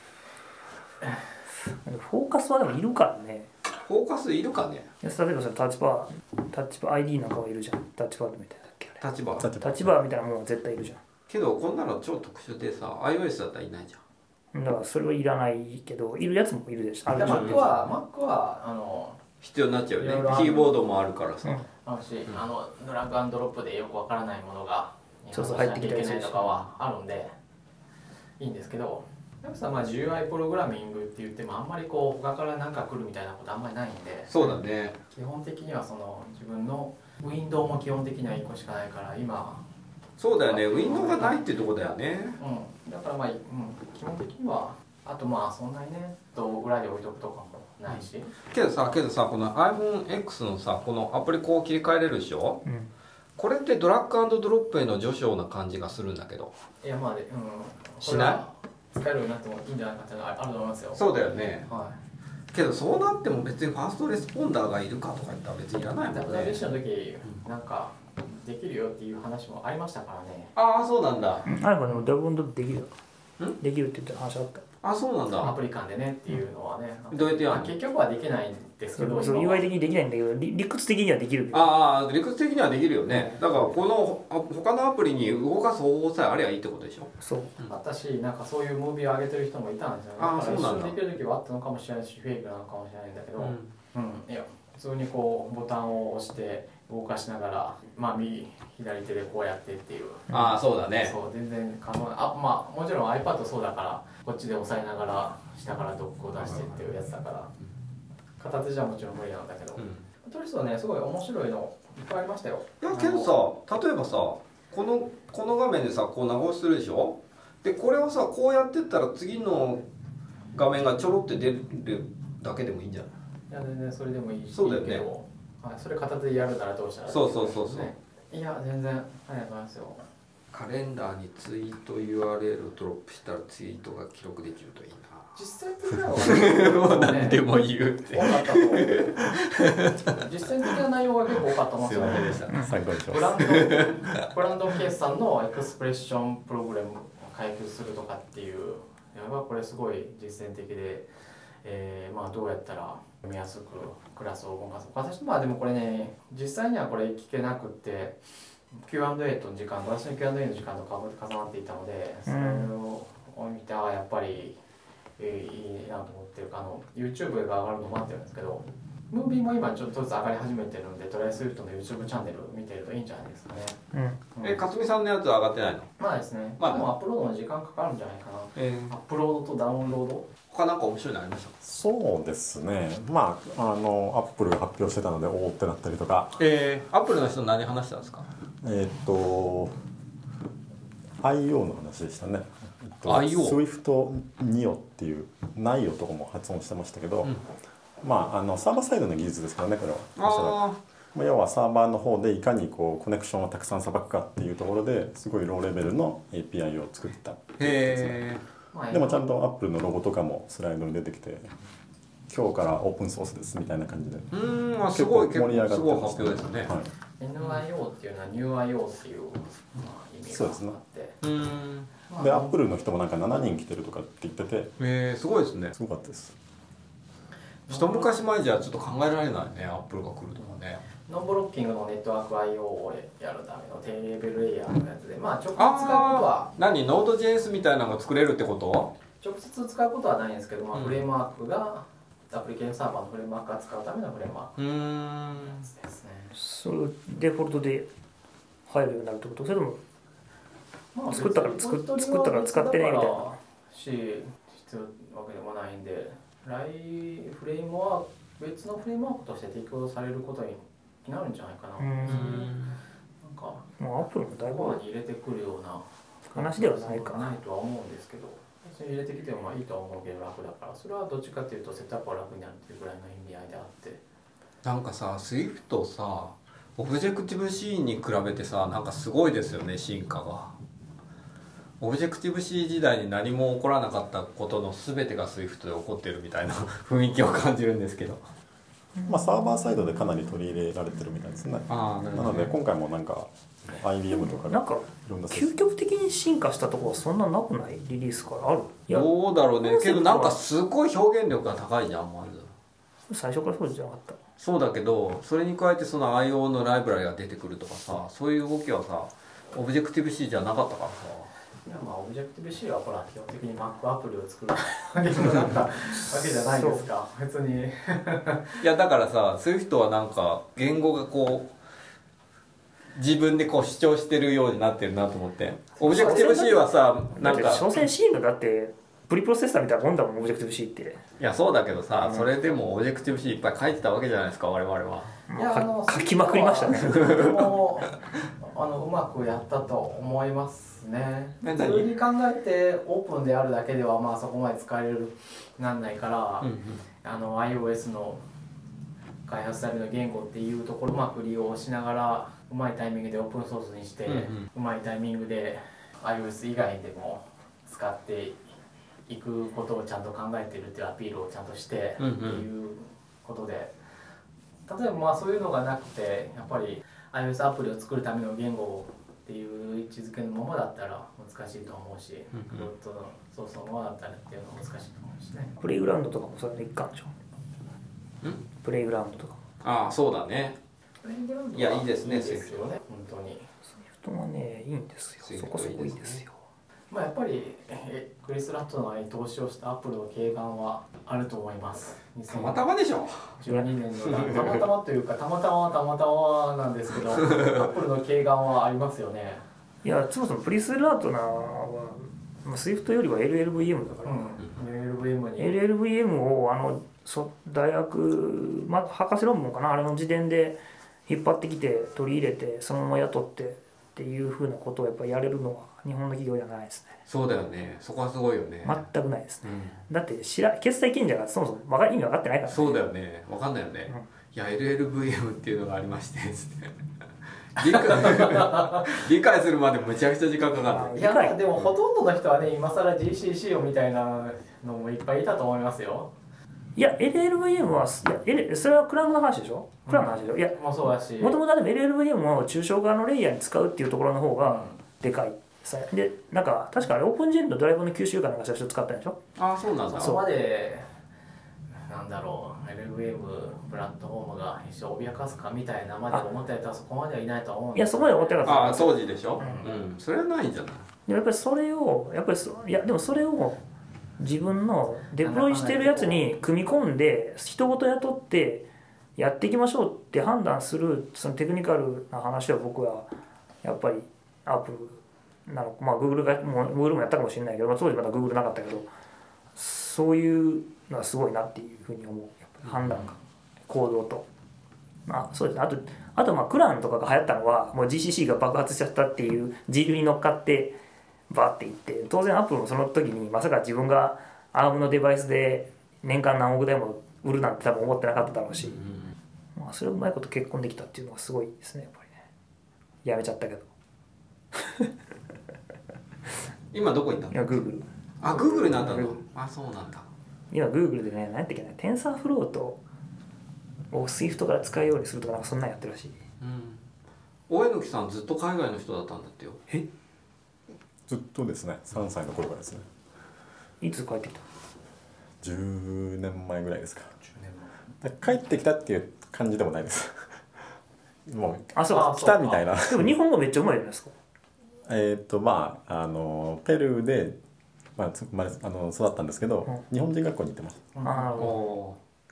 フォーカスはでもいるからね。 フォーカスいるかね。 例えばさタッチバータッチバー アイディー なんかはいるじゃん。タッチバーみたいなっけあれ。 タッチバータッチバーみたいなものは絶対いるじゃん。 けどこんなの超特殊でさ iOS だったらいないじゃん。 だからそれはいらないけどいるやつもいるでしょ。 ある Mac は Mac はあの必要になっちゃうよね。キーボードもあるからさ、うん、 あるし、うん、あのドラッグアンドロップでよくわからないものがそうそう入ってきたりするとかはあるんでいいんですけど、やっぱさ、まあ ジューアイ プログラミングって言ってもあんまりこう他から何か来るみたいなことあんまりないんで、 そうだね。 基本的にはその自分のウィンドウも基本的にはいっこしかないから今そうだよね、ウィンドウがないっていうところだよね。 うん、だからまあ、うん、基本的にはあとまあそんなにね裏で置いとくとかもないし、 けどさけどさこの iPhoneX のさこのアプリこう切り替えれるでしょ、うん、これってドラッグアンドドロップへの序章な感じがするんだけど。 いやまあで、うん、 しない使えるようになってもいいんじゃないかっていうのがあると思いますよ。 そうだよね、 はい、 けどそうなっても別にファーストレスポンダーがいるかとか言ったら別にいらないもんね。 ダブダブリッシュの時なんかできるよっていう話もありましたからね。 ああそうなんだ。 うん、iPhone でもダブアンドできるよ。できるって言った話あった。 あそうなんだ。 アプリ間でねっていうのはね、 どうやってやるの？ 結局はできないんですけど、 そう ユーアイ 的にできないんだけど理屈的にはできる。 ああ理屈的にはできるよね。だからこの他のアプリに動かす方法さえあればいいってことでしょ。 そう、 うん、私なんかそういうムービーを上げてる人もいたんですよね。 ああそうなんだ。 一瞬できる時はあったのかもしれないしフェイクなのかもしれないんだけど、うん、うん、いや普通にこうボタンを押して動かしながら、まあ右左手でこうやってっていう。 ああそうだね。 そう全然可能なあまあもちろん iPad そうだからこっちで押さえながら下からドックを出してっていうやつだから、片手じゃもちろん無理なんだけど、うん、とりあえずはねすごい面白いのいっぱいありましたよ。 いやけどさ例えばさここのこの画面でさこう長押しするでしょ。でこれをさこうやってったら次の画面がちょろって出るだけでもいいんじゃない？ いや全然それでもいいし、 そうだよね。 いいけど、はい、それ片手でやるならどうしたら、 そうそうそうそう、ね、 いや全然ありがとうございますよ。 カレンダーにツイート ユーアールエル をドロップしたらツイートが記録できるといいな。 実践的なのは、 ね、何でも言うって多かったと実践的な内容が結構多かったと思うんですよね。 参考にします。 ブランドブランド決算のエクスプレッションプログラムを解決するとかっていう、やばこれすごい実践的で、えー、まあどうやったら読みやすくクラスを動かす。私まあでもこれね実際にはこれ聞けなくってキューアンドエー との時間私の キューアンドエー の時間と重なっていたので、それを見てあやっぱり、えー、いいなと思ってるかあの YouTube が上がるの待ってるんですけど、ムービーも今ちょっとずつ上がり始めてるんで、トライスイフトの YouTube チャンネル見てるといいんじゃないですかね。 うん、 え勝美さんのやつは上がってないの？ まあですね、 まあ、 もうアップロードの時間かかるんじゃないかな、 えー、 アップロードとダウンロード。 他なんか面白いのありましたか？ そうですね、まああのアップルが発表してたのでおおってなったりとか。 えー、アップルの人何話したんですか？ えーっと アイオー の話でしたね。 アイオー Swift ニオっていうナイオとかも発音してましたけど、 うん、 まああのサーバーサイドの技術ですからねこれは。 あまあ要はサーバーの方でいかにこうコネクションをたくさんさばくかっていうところですごいローレベルの エーピーアイ を作ったっていうですね。 へまあ、 でもちゃんとアップルのロゴとかもスライドに出てきて、今日からオープンソースですみたいな感じで、 うーん、あすごい結構盛り上がってすごい発表ですね。 はい、 エヌアイオー っていうのはニューアイオーっていう、まあ、意味があって、 うーん、 まあ、 でアップルの人もなんかななにん来てるとかって言ってて、 えー、すごいですね。 すごかったです。 一昔前じゃちょっと考えられないね、アップルが来るとかね。 ノンブロッキングのネットワーク アイオー をやるための低レベルレイヤーのやつで、まあ直接使うことは何ノード ジェイエス みたいなのが作れるってこと？ 直接使うことはないんですけど、まあ、 うん、 フレームワークがアプリケーションサーバーのフレームワークが使うためのフレームワークのやつですね。 それデフォルトで入るようになるってこと？それともまあ、 作ったから作っ作ったから使ってねみたいなし必要なわけでもないんで、ライフレームワーク別のフレームワークとして提供されることになるんじゃないかな。 うん、 なんかもうアップルもだいぶコアに入れてくるような話ではないかないとは思うんですけど、別に入れてきてもまあいいとは思うけど楽だから、それはどっちかというとセットアップが楽になるっていうぐらいの意味合いであって、 なんかさ Swift さオブジェクティブ C に比べてさなんかすごいですよね、進化が。オブジェクティブ C 時代に何も起こらなかったことの全てが Swift で起こってるみたいな雰囲気を感じるんですけど、 まあサーバーサイドでかなり取り入れられてるみたいですね。 あーなるほどね。 なので今回もなんか アイビーエム とかなんかいろんな究極的に進化したところはそんななくない？リリースからある？いやどうだろうね。けどなんかすごい表現力が高いじゃんまず。 最初からそうじゃなかった。 そうだけどそれに加えてその アイオー のライブラリが出てくるとかさ、そういう動きはさオブジェクティブ C じゃなかったからさ。 いやまあオブジェクティブ C はほら基本的に Mac アプリを作るわけじゃなかったわけじゃないですか別に。 いやだからさ Swift はなんか言語がこう自分でこう主張してるようになってるなと思って。オブジェクティブ C はさなんか所詮 C のだってプリプロセッサーみたいなもんだもん、オブジェクティブ C って。 いやそうだけどさ、 うん、 それでもオブジェクティブ C いっぱい書いてたわけじゃないですか我々は。 いやあの書きまくりましたね。 とてもあのうまくやったと思いますね。普通に考えてオープンであるだけではまあそこまで使えるなんないから、うんうん、あの iOS の開発される言語っていうところをうまく利用しながらうまいタイミングでオープンソースにして、うんうん、うまいタイミングで iOS 以外でも使っていくことをちゃんと考えてるっていうアピールをちゃんとしてっていうことで、例えばまあそういうのがなくてやっぱり iOS アプリを作るための言語っていう位置づけのままだったら難しいと思うし、ドットのソースのままだったらっていうのは難しいと思うしね。 プレイグラウンドとかもそれの一環でしょ。プレイグラウンドとかも。 ああそうだね。 プレイグラウンドいやいいですね。 いいですよね本当に。 Swift はねいいんですよ。そこそこいいですよ。 まあやっぱりえクリス・ラットの間に投資をしたアップルの景観はあると思います。 たまたまでしょ。 じゅうにねんのたまたまというかたまたまはたまたまなんですけどアップルの景観はありますよね。 いやそもそもクリス・ラートナーは Swift よりは エルエルブイエム だから、 うん、エルエルブイエム にエルエルブイエム をあのそ大学、まあ、博士論文かなあれの時点で引っ張ってきて取り入れてそのまま雇ってっっていうふうなことをやっぱりやれるのは日本の企業ではないですね。 そうだよね、そこはすごいよね。 全くないですね、 うん、 だって知ら決済賢者がそもそも分か意味分かってないからね。 そうだよね、分かんないよね、 うん、 いや エルエルブイエム っていうのがありましてつって理解理解するまでむちゃくちゃ時間かかる。 いやでもほとんどの人はね今更 ジーシーシー をみたいなのもいっぱいいたと思いますよ。 いや エルエルブイエム はいや L それはクラウドの話でしょ、クラウドの話でしょ、うん、いやもうそうだしもともとでも エルエルブイエム を抽象化のレイヤーに使うっていうところの方がでかい、うん、でなんか確かあれオープンジェンのドライブの吸収かなんか最初使ったんでしょ。 ああそうなんだ。 そこまでなんだろう エルエルブイエム プラットフォームが一生脅かすかみたいなまで思ってたらそこまではいないと思うんです。 いやそこまで思ってなかった。 ああ当時でしょ、うん、うん、それはないんじゃない。 やっぱりそれをやっぱりそいやでもそれを自分のデプロイしてるやつに組み込んで人ごと雇ってやっていきましょうって判断するそのテクニカルな話は僕はやっぱりアップルなのまあ Google がもう Google もやったかもしれないけど、まあ、当時まだ Google なかったけどそういうのはすごいなっていうふうに思う。やっぱり判断が行動とまあそうですね。あとあとまあクランとかが流行ったのはもう ジーシーシー が爆発しちゃったっていう時流に乗っかってバーっていって当然アップルもその時にまさか自分がアームのデバイスで年間何億台も売るなんて多分思ってなかっただろうし、うんまあ、それをうまいこと結婚できたっていうのがすごいですねやっぱりね。やめちゃったけど今どこ行ったの。 いや Google あ Google になったの。あそうなんだ。 今 Google でね何やったっけね TensorFlow とを Swift から使うようにするとかなんかそんなんやってるらしい。 うん大榎さんずっと海外の人だったんだってよ。 えずっとですねさんさいの頃からですね。 いつ帰ってきた。 じゅうねんまえぐらいですか。じゅうねんまえ帰ってきたっていう感じでもないですもうあそう来たみたいなでも日本語めっちゃうまいじゃないですかえっとまああのペルーで、まあ、つまあの育ったんですけど、うん、日本人学校に行ってました。 あなるほ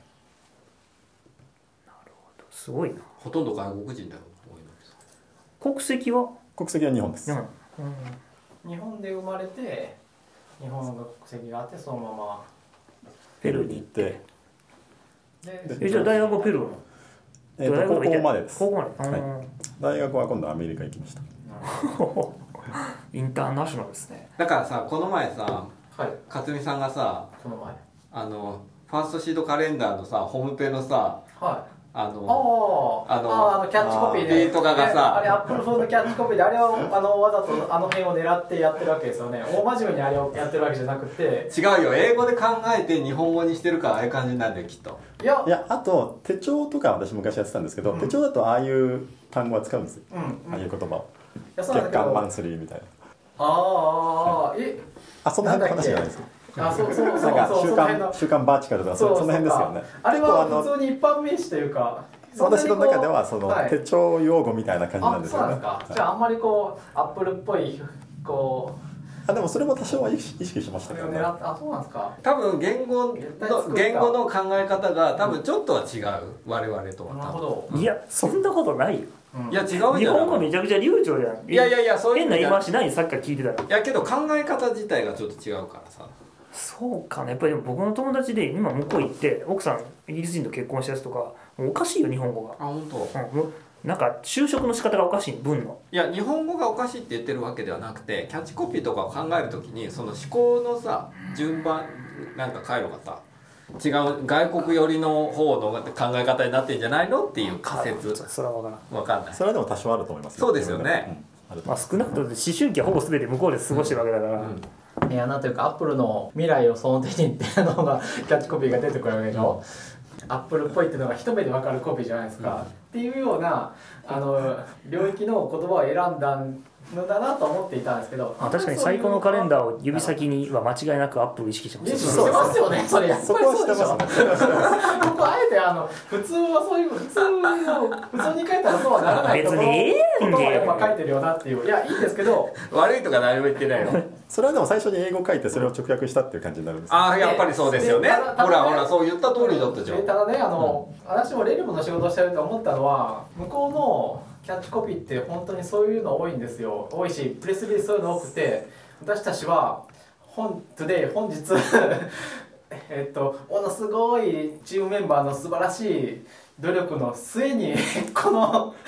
どなるほどすごいな。 ほとんど外国人だよ。 国籍は国籍は日本です、うんうん、日本で生まれて日本の国籍があってそのままペルーに行ってででじゃあ大学はペルーの、 えー、と高校までです。 高校まで、はい、 大学は今度アメリカ行きましたインターナショナルですね。 だからさこの前さ、 はい、 勝美さんがさこの前あのファーストシードカレンダーのさホームペのさ、 はいあのあのあのキャッチコピーで、 ビートががさあれアップルフォンのキャッチコピーであれをあのわざとあの辺を狙ってやってるわけですよね。大真面目にあれをやってるわけじゃなくて違うよ英語で考えて日本語にしてるからああいう感じなんだよきっと。 いやいやあと手帳とか私昔やってたんですけど、うん、手帳だとああいう単語は使うんですよ、うんうん、ああいう言葉を月刊マンスリーみたいな。 ああえあそんな話じゃないですか。 あそうそうそうそう週刊週刊バーチカルとかその辺ですよね。 あれは普通に一般名詞というか私の中ではその手帳用語みたいな感じなんですよね。 あそうなんですか、はい、じゃああんまりこうアップルっぽいこうあでもそれも多少は意識しましたけどね。 あそうなんですか。 多分言語の言語の考え方が多分ちょっとは違う、うん、我々とは。 なるほど。 いやそんなことないよ。 いや違うじゃん。 日本語めちゃくちゃ流暢じゃん。 いやいやいやそういう変な言い回しないさっきから聞いてたら。 いやけど考え方自体がちょっと違うからさ。 そうかね。やっぱり僕の友達で今向こう行って奥さんイギリス人と結婚したやつとかもうおかしいよ日本語が。 あ本当。 うんなんか就職の仕方がおかしい文の。 いや日本語がおかしいって言ってるわけではなくてキャッチコピーとかを考えるときにその思考のさ順番なんか回路がさ違う外国寄りの方の考え方になってんじゃないのっていう仮説。 それは分からん。 分かんない。 それはでも多少あると思いますよ。 そうですよね、 うんまあ、少なくとも思春期はほぼ全て向こうで過ごしてるわけだから、 うんうん、いやなんというかアップルの未来をその手にっていうのがキャッチコピーが出てくるわけでしょ、うん、アップルっぽいっていうのが一目で分かるコピーじゃないですか、うん、っていうようなあの領域の言葉を選んだのだなと思っていたんですけど、 あ確かに最高のカレンダーを指先には間違いなくアップルを意識してます。 意識してますよね。それやっぱりそうでしょ。僕あえてあの普通はそういう普通の普通に書いたらそうはならないところことをやっぱ書いてるよなっていう。いやいいんですけど悪いとか何も言ってないよ。 それはでも最初に英語書いてそれを直訳したっていう感じになるんです。 ああやっぱりそうですよね。ほらほらそう言った通りだったじゃん。 ただねあの、うん、私もレルムの仕事をしてると思ったのは向こうのキャッチコピーって本当にそういうの多いんですよ。多いしプレスリリースそういうの多くて私たちは本トゥデイ本日えっとものすごいチームメンバーの素晴らしい努力の末にこの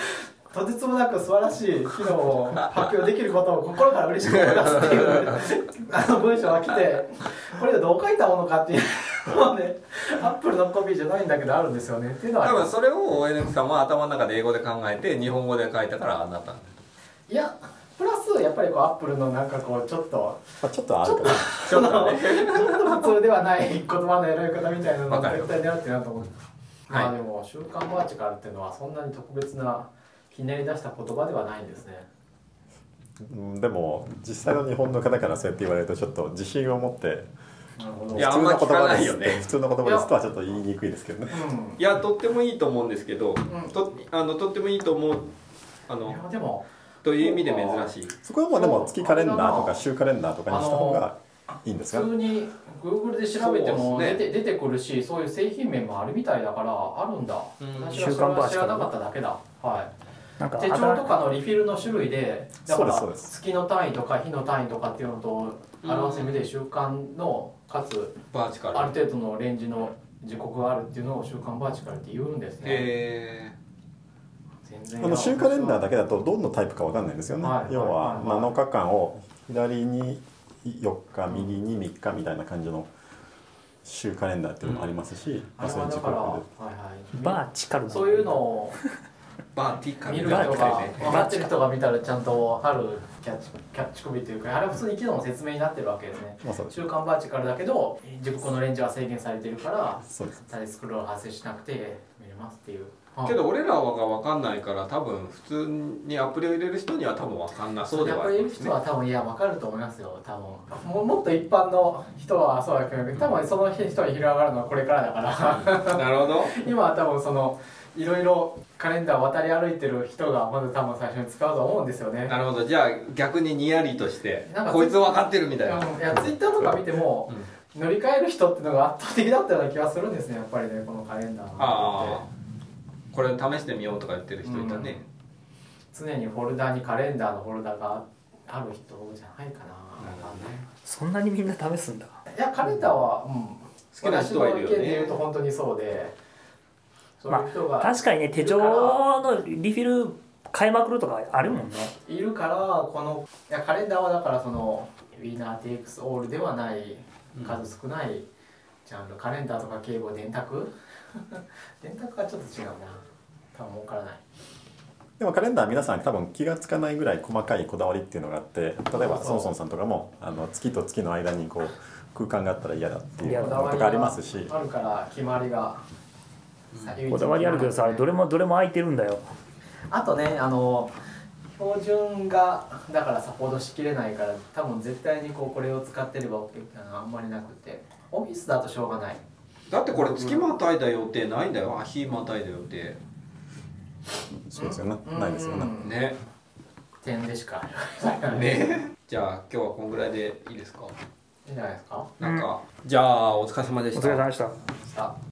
とてつもなく素晴らしい機能を発表できることを心から嬉しく思いますっていうあの文章が来て、これでどう書いたものかっていうのね、アップルのコピーじゃないんだけどあるんですよねっていうのは、 多分それを エヌエフ さんは頭の中で英語で考えて日本語で書いたからああなったんだ。 いやプラスやっぱりこうアップルのなんかこうちょっとまあ、ちょっとあるかなちょっとねちょっと普通ではない言葉の選び方みたいなのを絶対狙ってるなと思って、 はい、 まあでも週刊バーチカルっていうのはそんなに特別なひねり出した言葉ではないんですね。 うんでも実際の日本の方からそうやって言われるとちょっと自信を持ってなるほど。 いやあんま聞かないよね普通の言葉ですとはちょっと言いにくいですけどね。 いやとってもいいと思うんですけど、 んとあのとってもいいと思うあのいやでもという意味で珍しい。 そこはもうでも月カレンダーとか週カレンダーとかにした方がいいんですか？ 普通に Google で調べても出て、 そうですね、 出てくるし、そういう製品名もあるみたいだからあるんだ。 うん私はそれは知らなかっただけだ。はい。 なんか手帳とかのリフィルの種類で、だからそうですそうです月の単位とか日の単位とかっていうのと表す意味で週間のかつバーチカルある程度のレンジの時刻があるっていうのを週間バーチカルって言うんですね。 へ全然あの週カレンダーだけだとどんなタイプかわかんないんですよね。 はい要ははいはいなのかかんを左によっか右にみっかみたいな感じの週カレンダーっていうのもありますし、 あれそういう時はだから、 刻はいはい、 バーチカルそういうのをーバーティカル見る人がバーティカルね分かってる人が見たらちゃんと分かるキャッチキャッチコピーというか、あれは普通に機能の説明になってるわけですね。 まあそうです週間バーチカルだけど時刻のレンジは制限されてるからそうです。 サイズスクロール発生しなくて見れますっていう。 けど俺らが分かんないから多分普通にアプリを入れる人には多分分かんなそうではあやっぱりいるりますね。 人は多分いや分かると思いますよ。多分ももっと一般の人はそうだけど多分その人に広がるのはこれからだからなるほど。 今は多分そのいろいろカレンダーを渡り歩いてる人がまず多分最初に使うと思うんですよね。 なるほど。じゃあ逆にニヤリとしてなんかこいつ分かってるみたいな。 うんいやツイッターとか見ても、乗り換える人っていうのが圧倒的だったような気がするんですね。やっぱりねこのカレンダーのああ。これ試してみようとか言ってる人いたね。 常にフォルダにカレンダーのフォルダがある人じゃないかな。 そんなにみんな試すんだ。 いやカレンダーは、うん、 好きな人はいるよね私の意見で言うと本当にそうで、そういう人が確かにね手帳のリフィル買いまくるとかあるもんね。 いるからこのいやカレンダーはだからそのウィーナーテイクスオールではない数少ないジャンル、カレンダーとか警棒電卓電卓はちょっと違うな。多分分からない。 でもカレンダー皆さん多分気がつかないぐらい細かいこだわりっていうのがあって、例えばソンソンさんとかもあの月と月の間にこう空間があったら嫌だっていうのとかありますし、 あるから決まりがこだわりあるけどさ、どれもどれも空いてるんだよ。 あとねあの標準がだからサポートしきれないから多分絶対にこうこれを使ってれば OK ってのはあんまりなくて、オフィスだとしょうがない。 だってこれ月またいだ予定ないんだよ。あ、日またいだ予定。 そうですよね、ないですよね。 ね。 点でしかね。じゃあ今日はこんぐらいでいいですか。 いいんじゃないですか。 なんか、じゃあお疲れ様でした。 お疲れ様でした。 さあ